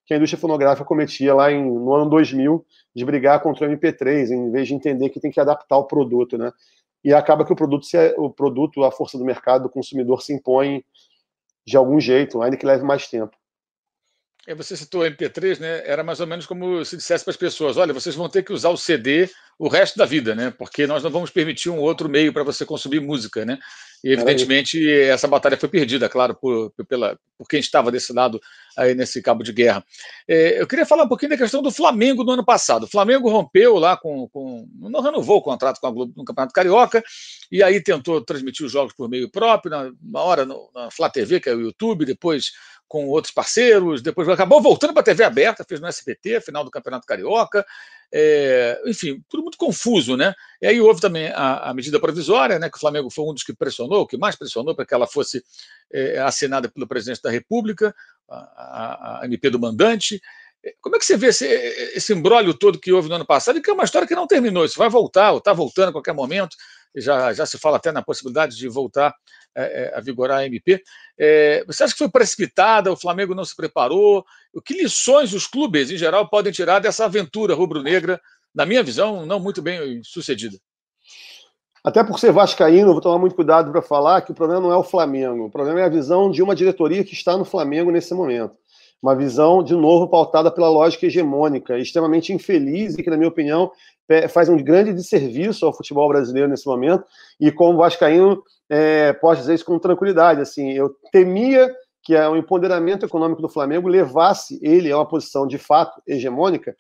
que a indústria fonográfica cometia lá no ano 2000, de brigar contra o MP3, em vez de entender que tem que adaptar o produto, né? E acaba que o produto, a força do mercado, do consumidor se impõe de algum jeito, ainda que leve mais tempo. Você citou o MP3, né? Era mais ou menos como se dissesse para as pessoas: olha, vocês vão ter que usar o CD o resto da vida, né? Porque nós não vamos permitir um outro meio para você consumir música, né? E evidentemente essa batalha foi perdida, claro, por quem estava desse lado aí nesse cabo de guerra. Eu queria falar um pouquinho da questão do Flamengo no ano passado. O Flamengo rompeu lá não renovou o contrato com a Globo no Campeonato Carioca, e aí tentou transmitir os jogos por meio próprio, na hora na Flá TV, que é o YouTube, depois com outros parceiros, depois acabou voltando para a TV aberta, fez no SBT, final do Campeonato Carioca, enfim, tudo muito confuso, né? E aí houve também a medida provisória, né, que o Flamengo foi um dos que pressionou, que mais pressionou para que ela fosse assinada pelo presidente da República, a MP do mandante. Como é que você vê esse imbróglio todo que houve no ano passado, e que é uma história que não terminou, isso vai voltar, ou está voltando a qualquer momento, já se fala até na possibilidade de voltar a vigorar a MP. Você acha que foi precipitada, o Flamengo não se preparou? Que lições os clubes, em geral, podem tirar dessa aventura rubro-negra, na minha visão, não muito bem sucedida? Até por ser vascaíno, vou tomar muito cuidado para falar que o problema não é o Flamengo, o problema é a visão de uma diretoria que está no Flamengo nesse momento. Uma visão, de novo, pautada pela lógica hegemônica, extremamente infeliz e que, na minha opinião, faz um grande desserviço ao futebol brasileiro nesse momento. E como vascaíno, posso dizer isso com tranquilidade. Assim, eu temia que o empoderamento econômico do Flamengo levasse ele a uma posição, de fato, hegemônica,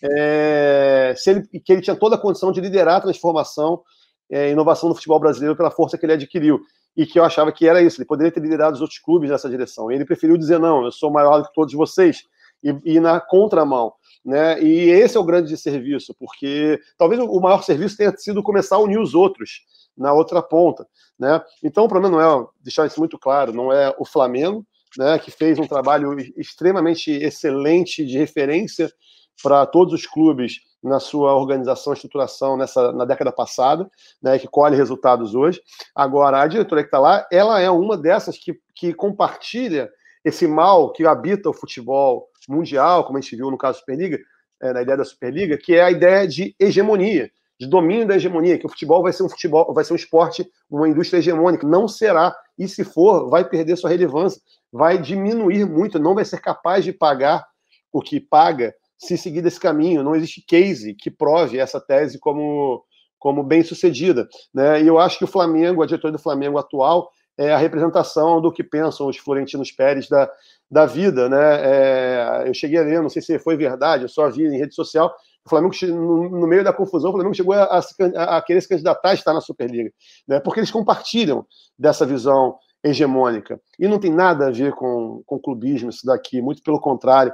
que ele tinha toda a condição de liderar a transformação e inovação do futebol brasileiro pela força que ele adquiriu. E que eu achava que era isso, ele poderia ter liderado os outros clubes nessa direção. Ele preferiu dizer, não, eu sou maior do que todos vocês, e na contramão. Né? E esse é o grande serviço, porque talvez o maior serviço tenha sido começar a unir os outros na outra ponta. Né? Então o problema não é, deixar isso muito claro, não é o Flamengo, né, que fez um trabalho extremamente excelente de referência para todos os clubes na sua organização e estruturação na década passada, né, que colhe resultados hoje. Agora, a diretoria que está lá, ela é uma dessas que compartilha esse mal que habita o futebol mundial, como a gente viu no caso da Superliga, na ideia da Superliga, que é a ideia de hegemonia, de domínio da hegemonia, que o futebol vai ser um esporte, uma indústria hegemônica. Não será, e se for, vai perder sua relevância, vai diminuir muito, não vai ser capaz de pagar o que paga se seguir desse caminho. Não existe case que prove essa tese como bem sucedida. Né? E eu acho que o Flamengo, a diretoria do Flamengo atual, é a representação do que pensam os Florentinos Pérez da vida. Né? Eu cheguei a ler, não sei se foi verdade, eu só vi em rede social, o Flamengo, no meio da confusão, o Flamengo chegou a querer se candidatar a estar na Superliga, né? Porque eles compartilham dessa visão hegemônica. E não tem nada a ver com clubismo isso daqui, muito pelo contrário.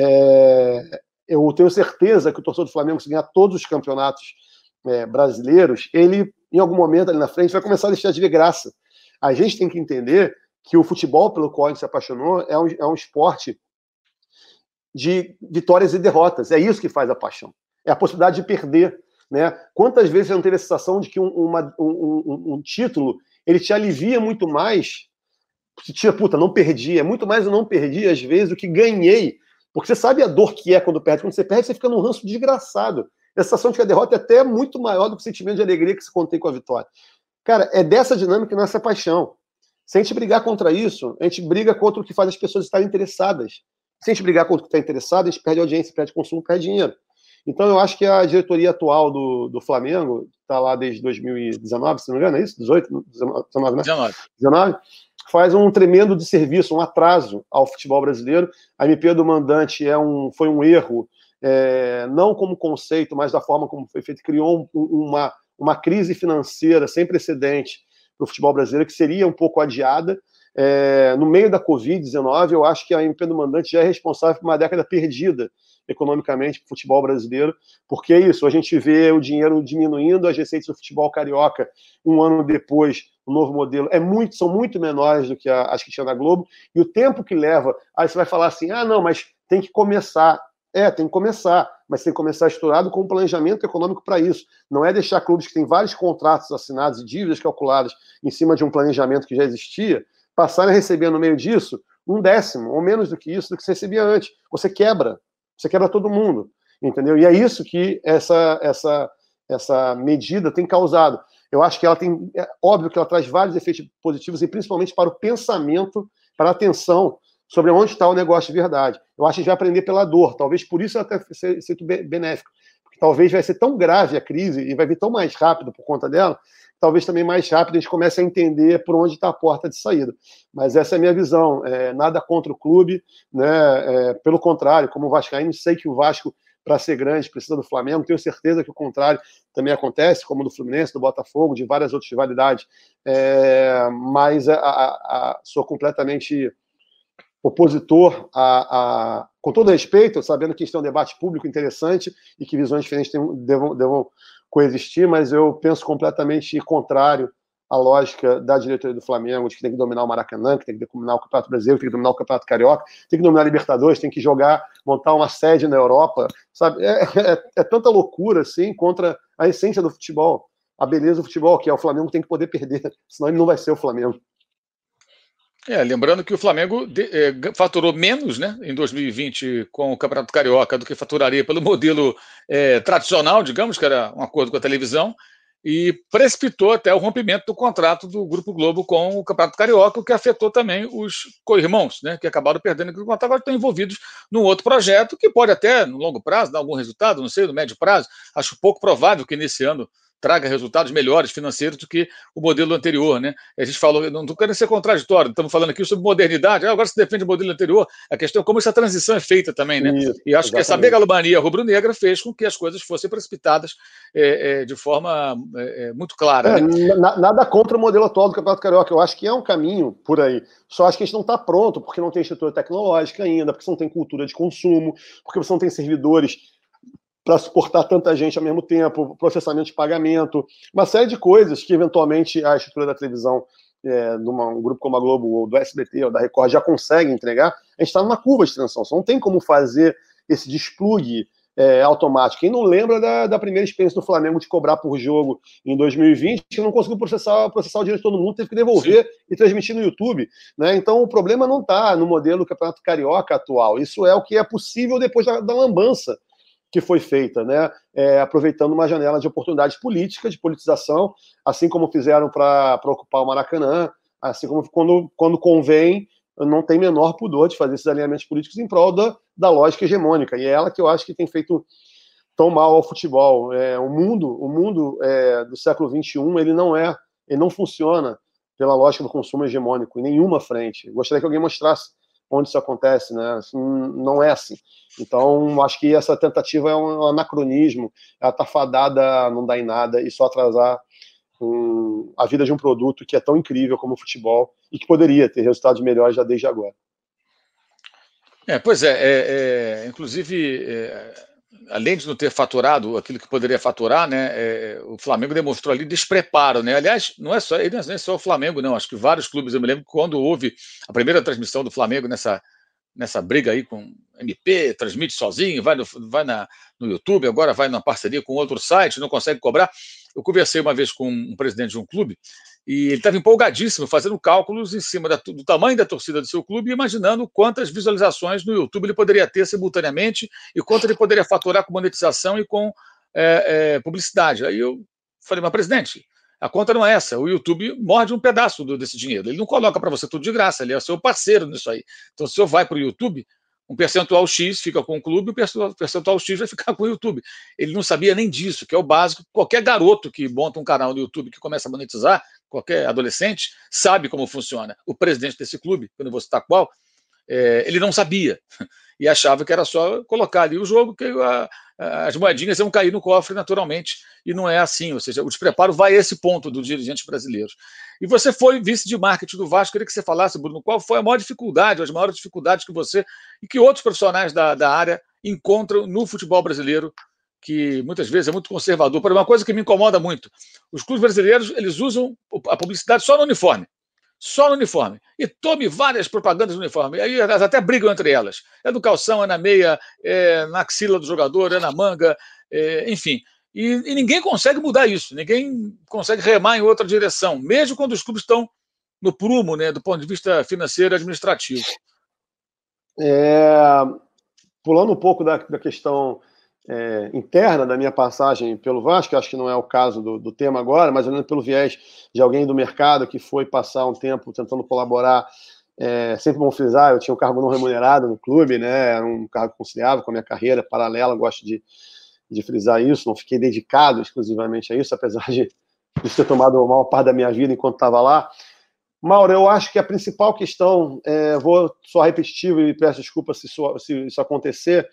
Eu tenho certeza que o torcedor do Flamengo, se ganhar todos os campeonatos brasileiros, ele, em algum momento ali na frente, vai começar a deixar de ver graça. A gente tem que entender que o futebol pelo qual a gente se apaixonou é um esporte de vitórias e derrotas. É isso que faz a paixão. É a possibilidade de perder. Né? Quantas vezes você não teve a sensação de que um título ele te alivia muito mais? Puta, não perdi. É muito mais eu não perdi, às vezes, do que ganhei. Porque você sabe a dor que é quando perde. Quando você perde, você fica num ranço desgraçado. A sensação de que a derrota é até muito maior do que o sentimento de alegria que se contém com a vitória. Cara, é dessa dinâmica que nasce a paixão. Se a gente brigar contra isso, a gente briga contra o que faz as pessoas estarem interessadas. Se a gente brigar contra o que está interessado, a gente perde audiência, perde consumo, perde dinheiro. Então, eu acho que a diretoria atual do Flamengo, está lá desde 2019, se não me engano, é isso? 18? 19, né? 19. Faz um tremendo desserviço, um atraso ao futebol brasileiro. A MP do mandante foi um erro, não como conceito, mas da forma como foi feito. Criou uma crise financeira sem precedente para o futebol brasileiro, que seria um pouco adiada. No meio da Covid-19, eu acho que a MP do mandante já é responsável por uma década perdida economicamente para o futebol brasileiro, porque é isso, a gente vê o dinheiro diminuindo, as receitas do futebol carioca, um ano depois, o novo modelo, são muito menores do que as que tinha na Globo, e o tempo que leva, aí você vai falar assim, não, mas tem que começar. Tem que começar, mas tem que começar estourado com um planejamento econômico para isso. Não é deixar clubes que têm vários contratos assinados e dívidas calculadas em cima de um planejamento que já existia, passarem a receber no meio disso um décimo, ou menos do que isso, do que você recebia antes. Você quebra todo mundo, entendeu? E é isso que essa medida tem causado. Eu acho que ela tem, é óbvio que ela traz vários efeitos positivos, e principalmente para o pensamento, para a atenção sobre onde está o negócio de verdade. Eu acho que a gente vai aprender pela dor, talvez por isso ela até seja benéfico, porque talvez vai ser tão grave a crise e vai vir tão mais rápido por conta dela, talvez também mais rápido a gente comece a entender por onde está a porta de saída. Mas essa é a minha visão, nada contra o clube, né? Pelo contrário, como vascaíno, sei que o Vasco, para ser grande, precisa do Flamengo, tenho certeza que o contrário também acontece, como do Fluminense, do Botafogo, de várias outras rivalidades, mas sou completamente opositor com todo respeito, sabendo que isso é um debate público interessante e que visões diferentes devam coexistir, mas eu penso completamente contrário à lógica da diretoria do Flamengo, de que tem que dominar o Maracanã, que tem que dominar o Campeonato Brasileiro, tem que dominar o Campeonato Carioca, tem que dominar a Libertadores, tem que montar uma sede na Europa, sabe? É tanta loucura, assim, contra a essência do futebol, a beleza do futebol, que é o Flamengo tem que poder perder, senão ele não vai ser o Flamengo. Lembrando que o Flamengo faturou menos, né, em 2020 com o Campeonato Carioca do que faturaria pelo modelo tradicional, digamos, que era um acordo com a televisão, e precipitou até o rompimento do contrato do Grupo Globo com o Campeonato Carioca, o que afetou também os co-irmãos, né, que acabaram perdendo aquele contrato, agora estão envolvidos num outro projeto que pode até, no longo prazo, dar algum resultado, não sei, no médio prazo. Acho pouco provável que nesse ano traga resultados melhores financeiros do que o modelo anterior, né? A gente falou, não estou querendo ser contraditório, estamos falando aqui sobre modernidade, agora se defende o modelo anterior, a questão é como essa transição é feita também, né? Isso, e acho que essa megalomania rubro-negra fez com que as coisas fossem precipitadas de forma muito clara. Né? Nada contra o modelo atual do Campeonato Carioca, eu acho que é um caminho por aí, só acho que a gente não está pronto, porque não tem estrutura tecnológica ainda, porque você não tem cultura de consumo, porque você não tem servidores para suportar tanta gente ao mesmo tempo, processamento de pagamento, uma série de coisas que, eventualmente, a estrutura da televisão, de um grupo como a Globo, ou do SBT, ou da Record, já consegue entregar. A gente está numa curva de transição, você não tem como fazer esse desplugue automático. Quem não lembra da primeira experiência do Flamengo de cobrar por jogo em 2020, que não conseguiu processar o dinheiro de todo mundo, teve que devolver Sim. e transmitir no YouTube. Né? Então, o problema não está no modelo do Campeonato Carioca atual. Isso é o que é possível depois da lambança que foi feita, né? Aproveitando uma janela de oportunidade política, de politização, assim como fizeram para ocupar o Maracanã, assim como quando convém, não tem menor pudor de fazer esses alinhamentos políticos em prol da lógica hegemônica, e é ela que eu acho que tem feito tão mal ao futebol. O mundo do século XXI, ele não funciona pela lógica do consumo hegemônico, em nenhuma frente. Gostaria que alguém mostrasse onde isso acontece, né? Não é assim. Então, acho que essa tentativa é um anacronismo, ela está fadada a não dar em nada e só atrasar a vida de um produto que é tão incrível como o futebol e que poderia ter resultados melhores já desde agora. Pois inclusive, além de não ter faturado aquilo que poderia faturar, né, o Flamengo demonstrou ali despreparo, né? Aliás, não é só o Flamengo, não. Acho que vários clubes, eu me lembro que quando houve a primeira transmissão do Flamengo nessa briga aí com MP, transmite sozinho, vai no YouTube, agora vai numa parceria com outro site, não consegue cobrar. Eu conversei uma vez com um presidente de um clube e ele estava empolgadíssimo, fazendo cálculos em cima do tamanho da torcida do seu clube e imaginando quantas visualizações no YouTube ele poderia ter simultaneamente e quanto ele poderia faturar com monetização e com publicidade. Aí eu falei, mas presidente, a conta não é essa. O YouTube morde um pedaço desse dinheiro. Ele não coloca para você tudo de graça, ele é seu parceiro nisso aí. Então, se o senhor vai para o YouTube, um percentual X fica com o clube, o percentual X vai ficar com o YouTube. Ele não sabia nem disso, que é o básico. Qualquer garoto que monta um canal no YouTube que começa a monetizar, qualquer adolescente, sabe como funciona. O presidente desse clube, que eu não vou citar qual, ele não sabia. E achava que era só colocar ali o jogo, que as moedinhas iam cair no cofre naturalmente, e não é assim, ou seja, o despreparo vai a esse ponto dos dirigentes brasileiros. E você foi vice de marketing do Vasco, queria que você falasse, Bruno, qual foi a maior dificuldade, as maiores dificuldades que você e que outros profissionais da área encontram no futebol brasileiro, que muitas vezes é muito conservador. Por uma coisa que me incomoda muito, os clubes brasileiros, eles usam a publicidade só no uniforme. Só no uniforme. E tome várias propagandas no uniforme. Aí elas até brigam entre elas. É no calção, é na meia, é na axila do jogador, é na manga, enfim. E ninguém consegue mudar isso. Ninguém consegue remar em outra direção, mesmo quando os clubes estão no prumo, né, do ponto de vista financeiro e administrativo. Pulando um pouco da questão interna da minha passagem pelo Vasco, acho que não é o caso do tema agora, mas olhando pelo viés de alguém do mercado que foi passar um tempo tentando colaborar, sempre bom frisar, eu tinha um cargo não remunerado no clube, né, era um cargo conciliável com a minha carreira paralela, gosto de frisar isso, não fiquei dedicado exclusivamente a isso, apesar de ter tomado a maior parte da minha vida enquanto estava lá. Mauro, eu acho que a principal questão, vou soar repetitivo e peço desculpa se isso acontecer,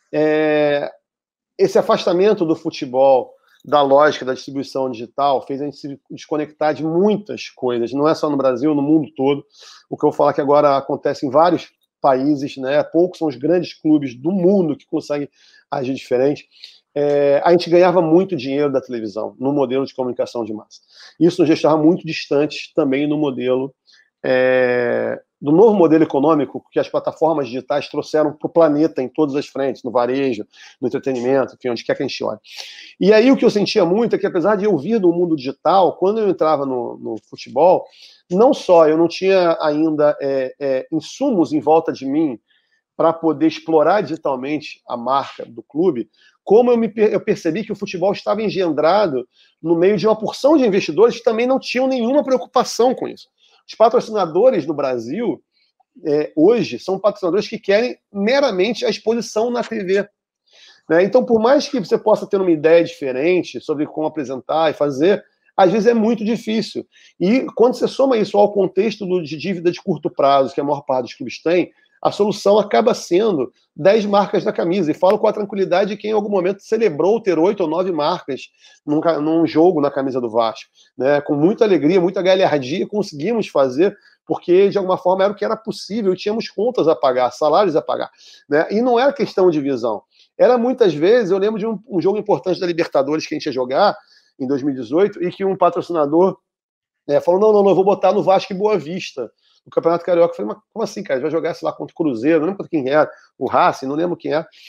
esse afastamento do futebol, da lógica da distribuição digital, fez a gente se desconectar de muitas coisas, não é só no Brasil, no mundo todo. O que eu vou falar que agora acontece em vários países, né? Poucos são os grandes clubes do mundo que conseguem agir diferente. A gente ganhava muito dinheiro da televisão no modelo de comunicação de massa. Isso nos deixava muito distantes também no modelo do novo modelo econômico que as plataformas digitais trouxeram para o planeta em todas as frentes, no varejo, no entretenimento, enfim, onde quer que a gente olhe. E aí o que eu sentia muito é que, apesar de eu vir do mundo digital, quando eu entrava no futebol, não só eu não tinha ainda insumos em volta de mim para poder explorar digitalmente a marca do clube, como eu percebi que o futebol estava engendrado no meio de uma porção de investidores que também não tinham nenhuma preocupação com isso. Os patrocinadores no Brasil, hoje, são patrocinadores que querem meramente a exposição na TV. Né? Então, por mais que você possa ter uma ideia diferente sobre como apresentar e fazer, às vezes é muito difícil. E quando você soma isso ao contexto de dívida de curto prazo, que a maior parte dos clubes tem, a solução acaba sendo 10 marcas na camisa. E falo com a tranquilidade de quem em algum momento celebrou ter 8 ou 9 marcas num jogo na camisa do Vasco. Né? Com muita alegria, muita galhardia, conseguimos fazer, porque de alguma forma era o que era possível, e tínhamos contas a pagar, salários a pagar. Né? E não era questão de visão. Era muitas vezes, eu lembro de um jogo importante da Libertadores que a gente ia jogar em 2018, e que um patrocinador falou, não, eu vou botar no Vasco e Boa Vista, no Campeonato Carioca. Eu falei, mas como assim, cara? Vai jogar, sei lá, contra o Cruzeiro, não lembro quem era, o Racing, não lembro quem era.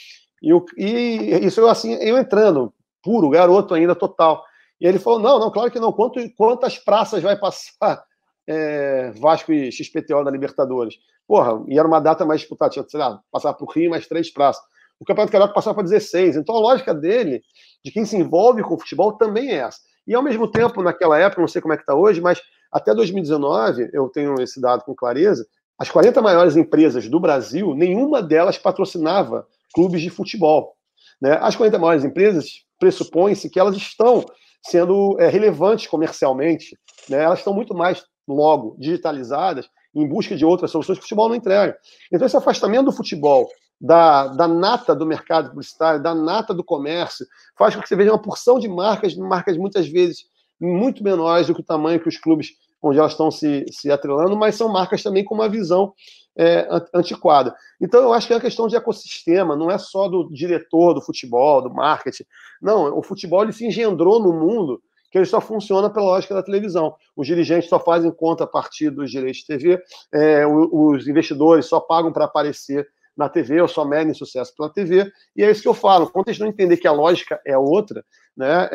E isso eu entrando, puro, garoto ainda, total. E ele falou, não, claro que não, quantas praças vai passar Vasco e XPTO na Libertadores? Porra, e era uma data mais disputada, tinha, sei lá, passar para o Rio mais 3 praças. O Campeonato Carioca passava para 16. Então a lógica dele, de quem se envolve com o futebol, também é essa. E ao mesmo tempo, naquela época, não sei como é que está hoje, mas até 2019, eu tenho esse dado com clareza, as 40 maiores empresas do Brasil, nenhuma delas patrocinava clubes de futebol. Né? As 40 maiores empresas, pressupõe-se que elas estão sendo relevantes comercialmente, né? Elas estão muito mais, logo, digitalizadas, em busca de outras soluções que o futebol não entrega. Então esse afastamento do futebol, da nata do mercado publicitário, da nata do comércio, faz com que você veja uma porção de marcas muitas vezes muito menores do que o tamanho que os clubes onde elas estão se atrelando, mas são marcas também com uma visão antiquada. Então eu acho que é uma questão de ecossistema, não é só do diretor do futebol, do marketing. Não, o futebol ele se engendrou no mundo que ele só funciona pela lógica da televisão. Os dirigentes só fazem conta a partir dos direitos de TV, os investidores só pagam para aparecer na TV, ou só medem sucesso pela TV, e é isso que eu falo. Quando a gente não entender que a lógica é outra, né,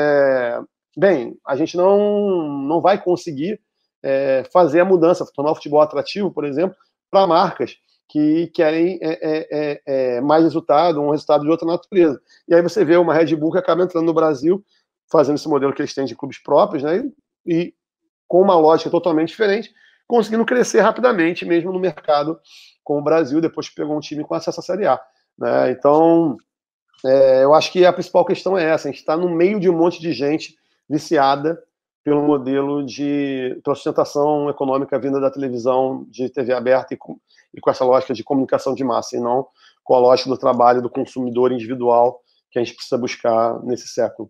bem, a gente não vai conseguir fazer a mudança, tornar o futebol atrativo, por exemplo, para marcas que querem mais resultado, um resultado de outra natureza. E aí você vê uma Red Bull que acaba entrando no Brasil, fazendo esse modelo que eles têm de clubes próprios, né, e com uma lógica totalmente diferente, conseguindo crescer rapidamente, mesmo no mercado com o Brasil, depois que pegou um time com acesso à Série A. Né? Então, eu acho que a principal questão é essa, a gente está no meio de um monte de gente viciada pelo modelo de sustentação econômica vinda da televisão, de TV aberta e com essa lógica de comunicação de massa, e não com a lógica do trabalho do consumidor individual que a gente precisa buscar nesse século.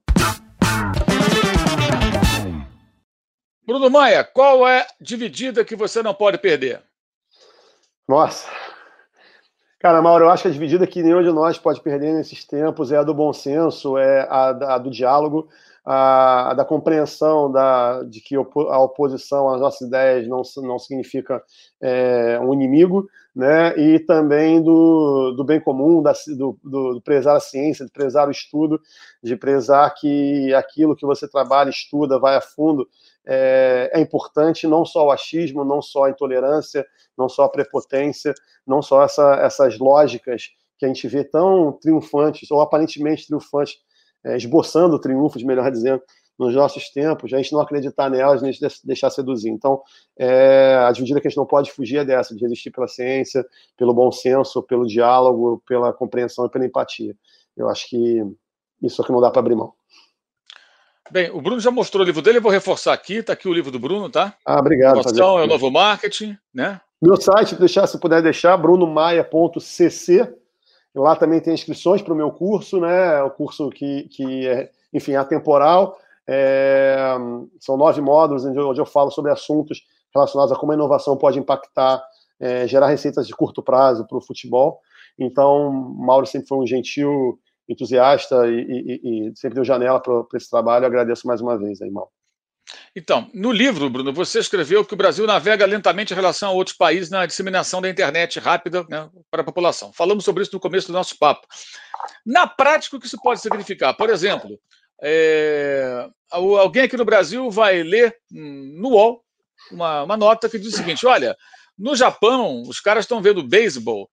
Bruno Maia, qual é a dividida que você não pode perder? Nossa. Cara, Mauro, eu acho que a dividida que nenhum de nós pode perder nesses tempos é a do bom senso, é a do diálogo, a da compreensão de que a oposição às nossas ideias não significa um inimigo, né? E também do bem comum, do prezar a ciência, de prezar o estudo, de prezar que aquilo que você trabalha, estuda, vai a fundo, é importante, não só o achismo, não só a intolerância, não só a prepotência, não só essas lógicas que a gente vê tão triunfantes, ou aparentemente triunfantes, esboçando triunfos, melhor dizendo, nos nossos tempos, a gente não acreditar nelas, nem deixar seduzir. Então, a medida que a gente não pode fugir é dessa, de resistir pela ciência, pelo bom senso, pelo diálogo, pela compreensão e pela empatia. Eu acho que isso é que não dá para abrir mão. Bem, o Bruno já mostrou o livro dele, eu vou reforçar aqui, está aqui o livro do Bruno, tá? Obrigado. Inovação é o novo marketing, né? Meu site, se puder deixar, brunomaia.cc. Lá também tem inscrições para o meu curso, né? O curso que é, enfim, atemporal. São 9 módulos onde eu falo sobre assuntos relacionados a como a inovação pode impactar, gerar receitas de curto prazo para o futebol. Então, Mauro sempre foi um gentil entusiasta e sempre deu janela para esse trabalho. Eu agradeço mais uma vez aí, Mauro. Então, no livro, Bruno, você escreveu que o Brasil navega lentamente em relação a outros países na disseminação da internet rápida, né, para a população. Falamos sobre isso no começo do nosso papo. Na prática, o que isso pode significar? Por exemplo, alguém aqui no Brasil vai ler no UOL uma nota que diz o seguinte: olha, no Japão, os caras estão vendo beisebol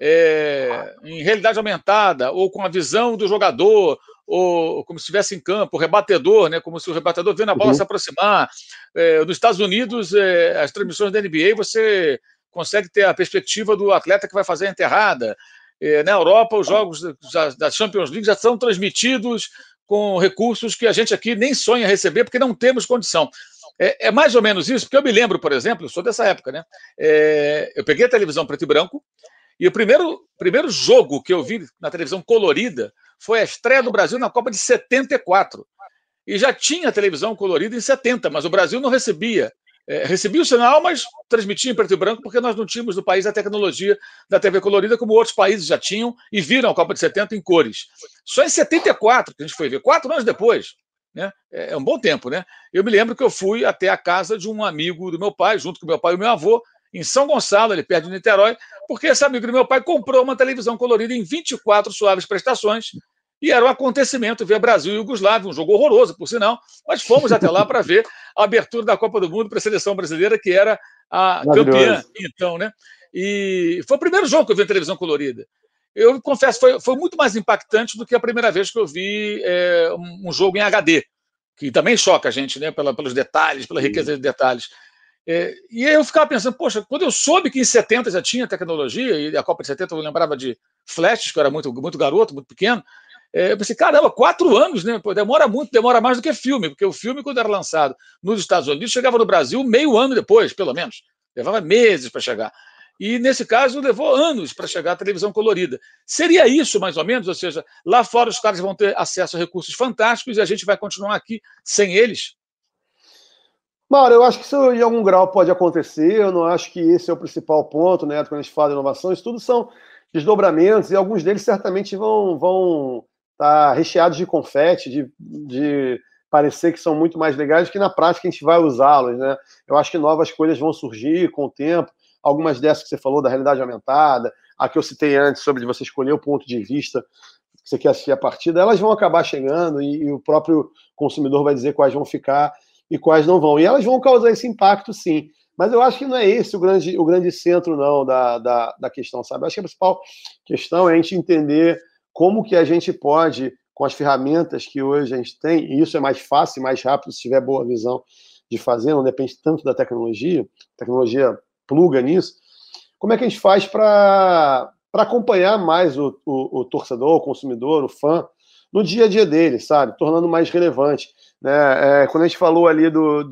em realidade aumentada, ou com a visão do jogador, ou como se estivesse em campo, o rebatedor, né, como se o rebatedor vendo a bola se aproximar. Nos Estados Unidos, as transmissões da NBA, você consegue ter a perspectiva do atleta que vai fazer a enterrada. Na Europa, os jogos da Champions League já são transmitidos com recursos que a gente aqui nem sonha receber, porque não temos condição. É mais ou menos isso, porque eu me lembro, por exemplo, eu sou dessa época, né? Eu peguei a televisão preto e branco, e o primeiro jogo que eu vi na televisão colorida foi a estreia do Brasil na Copa de 74. E já tinha televisão colorida em 70, mas o Brasil não recebia. Recebia o sinal, mas transmitia em preto e branco, porque nós não tínhamos no país a tecnologia da TV colorida, como outros países já tinham, e viram a Copa de 70 em cores. Só em 74 que a gente foi ver, 4 anos depois. Né? É um bom tempo, né? Eu me lembro que eu fui até a casa de um amigo do meu pai, junto com meu pai e meu avô, em São Gonçalo, ali perto de Niterói, porque esse amigo do meu pai comprou uma televisão colorida em 24 suaves prestações, e era um acontecimento ver Brasil e Iugoslávia, um jogo horroroso, por sinal, mas fomos até lá para ver a abertura da Copa do Mundo para a seleção brasileira, que era a campeã, então, né? E foi o primeiro jogo que eu vi na televisão colorida. Eu confesso, foi muito mais impactante do que a primeira vez que eu vi um jogo em HD, que também choca a gente, né? Pelos detalhes, pela riqueza de detalhes. E aí eu ficava pensando, poxa, quando eu soube que em 70 já tinha tecnologia, e a Copa de 70 eu lembrava de flashes, que eu era muito, muito garoto, muito pequeno, eu pensei, caramba, 4 anos, né? Pô, demora muito, demora mais do que filme, porque o filme, quando era lançado nos Estados Unidos, chegava no Brasil meio ano depois, pelo menos. Levava meses para chegar. E, nesse caso, levou anos para chegar a televisão colorida. Seria isso, mais ou menos? Ou seja, lá fora os caras vão ter acesso a recursos fantásticos e a gente vai continuar aqui sem eles? Mauro, eu acho que isso em algum grau pode acontecer, eu não acho que esse é o principal ponto, né? Quando a gente fala de inovação, isso tudo são desdobramentos, e alguns deles certamente vão estar recheados de confete, de parecer que são muito mais legais, que na prática a gente vai usá-los, né? Eu acho que novas coisas vão surgir com o tempo, algumas dessas que você falou, da realidade aumentada, a que eu citei antes, sobre você escolher o ponto de vista que você quer assistir a partida, elas vão acabar chegando e o próprio consumidor vai dizer quais vão ficar e quais não vão. E elas vão causar esse impacto, sim. Mas eu acho que não é esse o grande centro, não, da questão, sabe? Eu acho que a principal questão é a gente entender como que a gente pode, com as ferramentas que hoje a gente tem, e isso é mais fácil e mais rápido se tiver boa visão de fazer, não depende tanto da tecnologia, a tecnologia pluga nisso, como é que a gente faz para acompanhar mais o torcedor, o consumidor, o fã, no dia a dia dele, sabe? Tornando mais relevante. Né? Quando a gente falou ali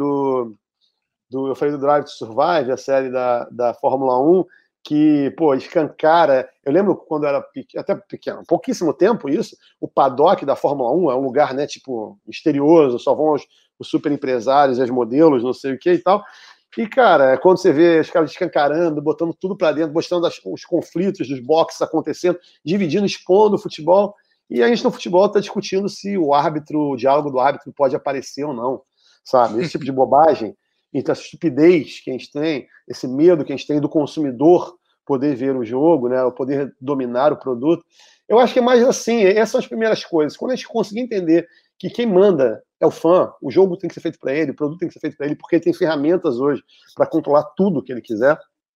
eu falei do Drive to Survive, a série da Fórmula 1, que, pô, escancara. Eu lembro quando eu era até pequeno, pouquíssimo tempo isso, o paddock da Fórmula 1 é um lugar, né, tipo, misterioso, só vão os super empresários, as modelos, não sei o que e tal. E, cara, quando você vê os caras escancarando, botando tudo para dentro, mostrando os conflitos dos boxes acontecendo, dividindo, expondo o futebol. E a gente no futebol está discutindo se o diálogo do árbitro pode aparecer ou não, sabe? Esse tipo de bobagem, então essa estupidez que a gente tem, esse medo que a gente tem do consumidor poder ver o jogo, né, poder dominar o produto. Eu acho que é mais assim, essas são as primeiras coisas. Quando a gente conseguir entender que quem manda é o fã, o jogo tem que ser feito para ele, o produto tem que ser feito para ele, porque ele tem ferramentas hoje para controlar tudo que ele quiser.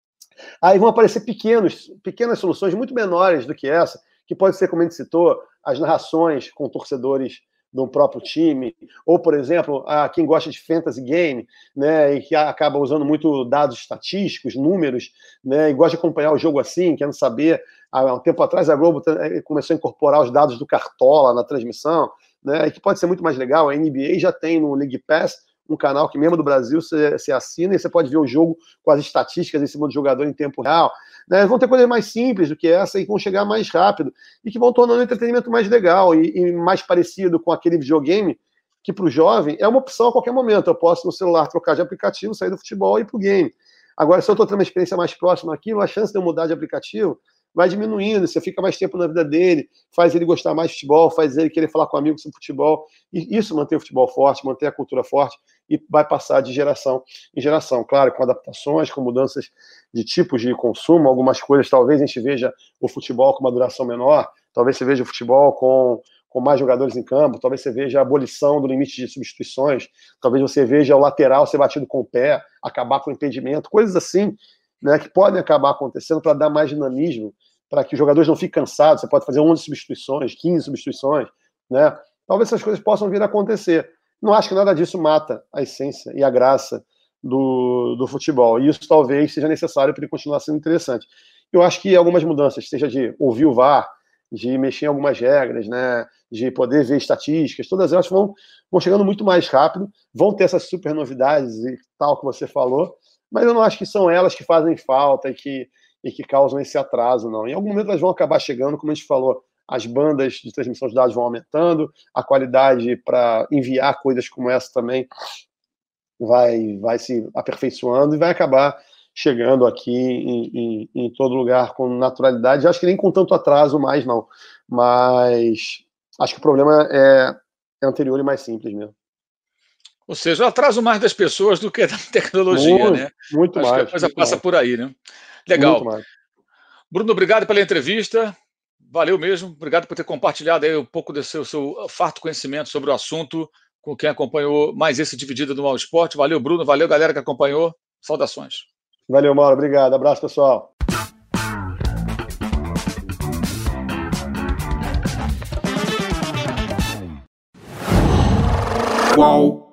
Aí vão aparecer pequenas soluções muito menores do que essa, que pode ser, como a gente citou, as narrações com torcedores do próprio time, ou, por exemplo, quem gosta de fantasy game, né, e que acaba usando muito dados estatísticos, números, né, e gosta de acompanhar o jogo assim, querendo saber. Há um tempo atrás a Globo começou a incorporar os dados do Cartola na transmissão, né, e que pode ser muito mais legal. A NBA já tem no League Pass um canal que, mesmo do Brasil, você assina e você pode ver o jogo com as estatísticas em cima do jogador em tempo real. Né? Vão ter coisas mais simples do que essa e vão chegar mais rápido e que vão tornando o entretenimento mais legal e mais parecido com aquele videogame que, para o jovem, é uma opção a qualquer momento. Eu posso, no celular, trocar de aplicativo, sair do futebol e ir para o game. Agora, se eu estou tendo uma experiência mais próxima daquilo, a chance de eu mudar de aplicativo vai diminuindo, você fica mais tempo na vida dele, faz ele gostar mais de futebol, faz ele querer falar com amigos sobre futebol, e isso mantém o futebol forte, mantém a cultura forte, e vai passar de geração em geração, claro, com adaptações, com mudanças de tipos de consumo, algumas coisas, talvez a gente veja o futebol com uma duração menor, talvez você veja o futebol com mais jogadores em campo, talvez você veja a abolição do limite de substituições, talvez você veja o lateral ser batido com o pé, acabar com o impedimento, coisas assim, né, que podem acabar acontecendo para dar mais dinamismo, para que os jogadores não fiquem cansados. Você pode fazer 11 substituições, 15 substituições, né? Talvez essas coisas possam vir a acontecer. Não acho que nada disso mata a essência e a graça do futebol. E isso talvez seja necessário para ele continuar sendo interessante. Eu acho que algumas mudanças, seja de ouvir o VAR, de mexer em algumas regras, né, de poder ver estatísticas, todas elas vão chegando muito mais rápido, vão ter essas super novidades e tal que você falou, mas eu não acho que são elas que fazem falta e que causam esse atraso, não. Em algum momento elas vão acabar chegando, como a gente falou, as bandas de transmissão de dados vão aumentando, a qualidade para enviar coisas como essa também vai se aperfeiçoando e vai acabar chegando aqui em todo lugar com naturalidade. Acho que nem com tanto atraso mais, não. Mas acho que o problema é anterior e mais simples mesmo. Ou seja, o atraso mais das pessoas do que da tecnologia, né? Muito Acho mais. que a coisa passa por aí, né? Legal. Muito mais. Bruno, obrigado pela entrevista. Valeu mesmo. Obrigado por ter compartilhado aí um pouco do seu farto conhecimento sobre o assunto com quem acompanhou mais esse Dividido no All Sport. Valeu, Bruno. Valeu, galera que acompanhou. Saudações. Valeu, Mauro. Obrigado. Abraço, pessoal. Qual?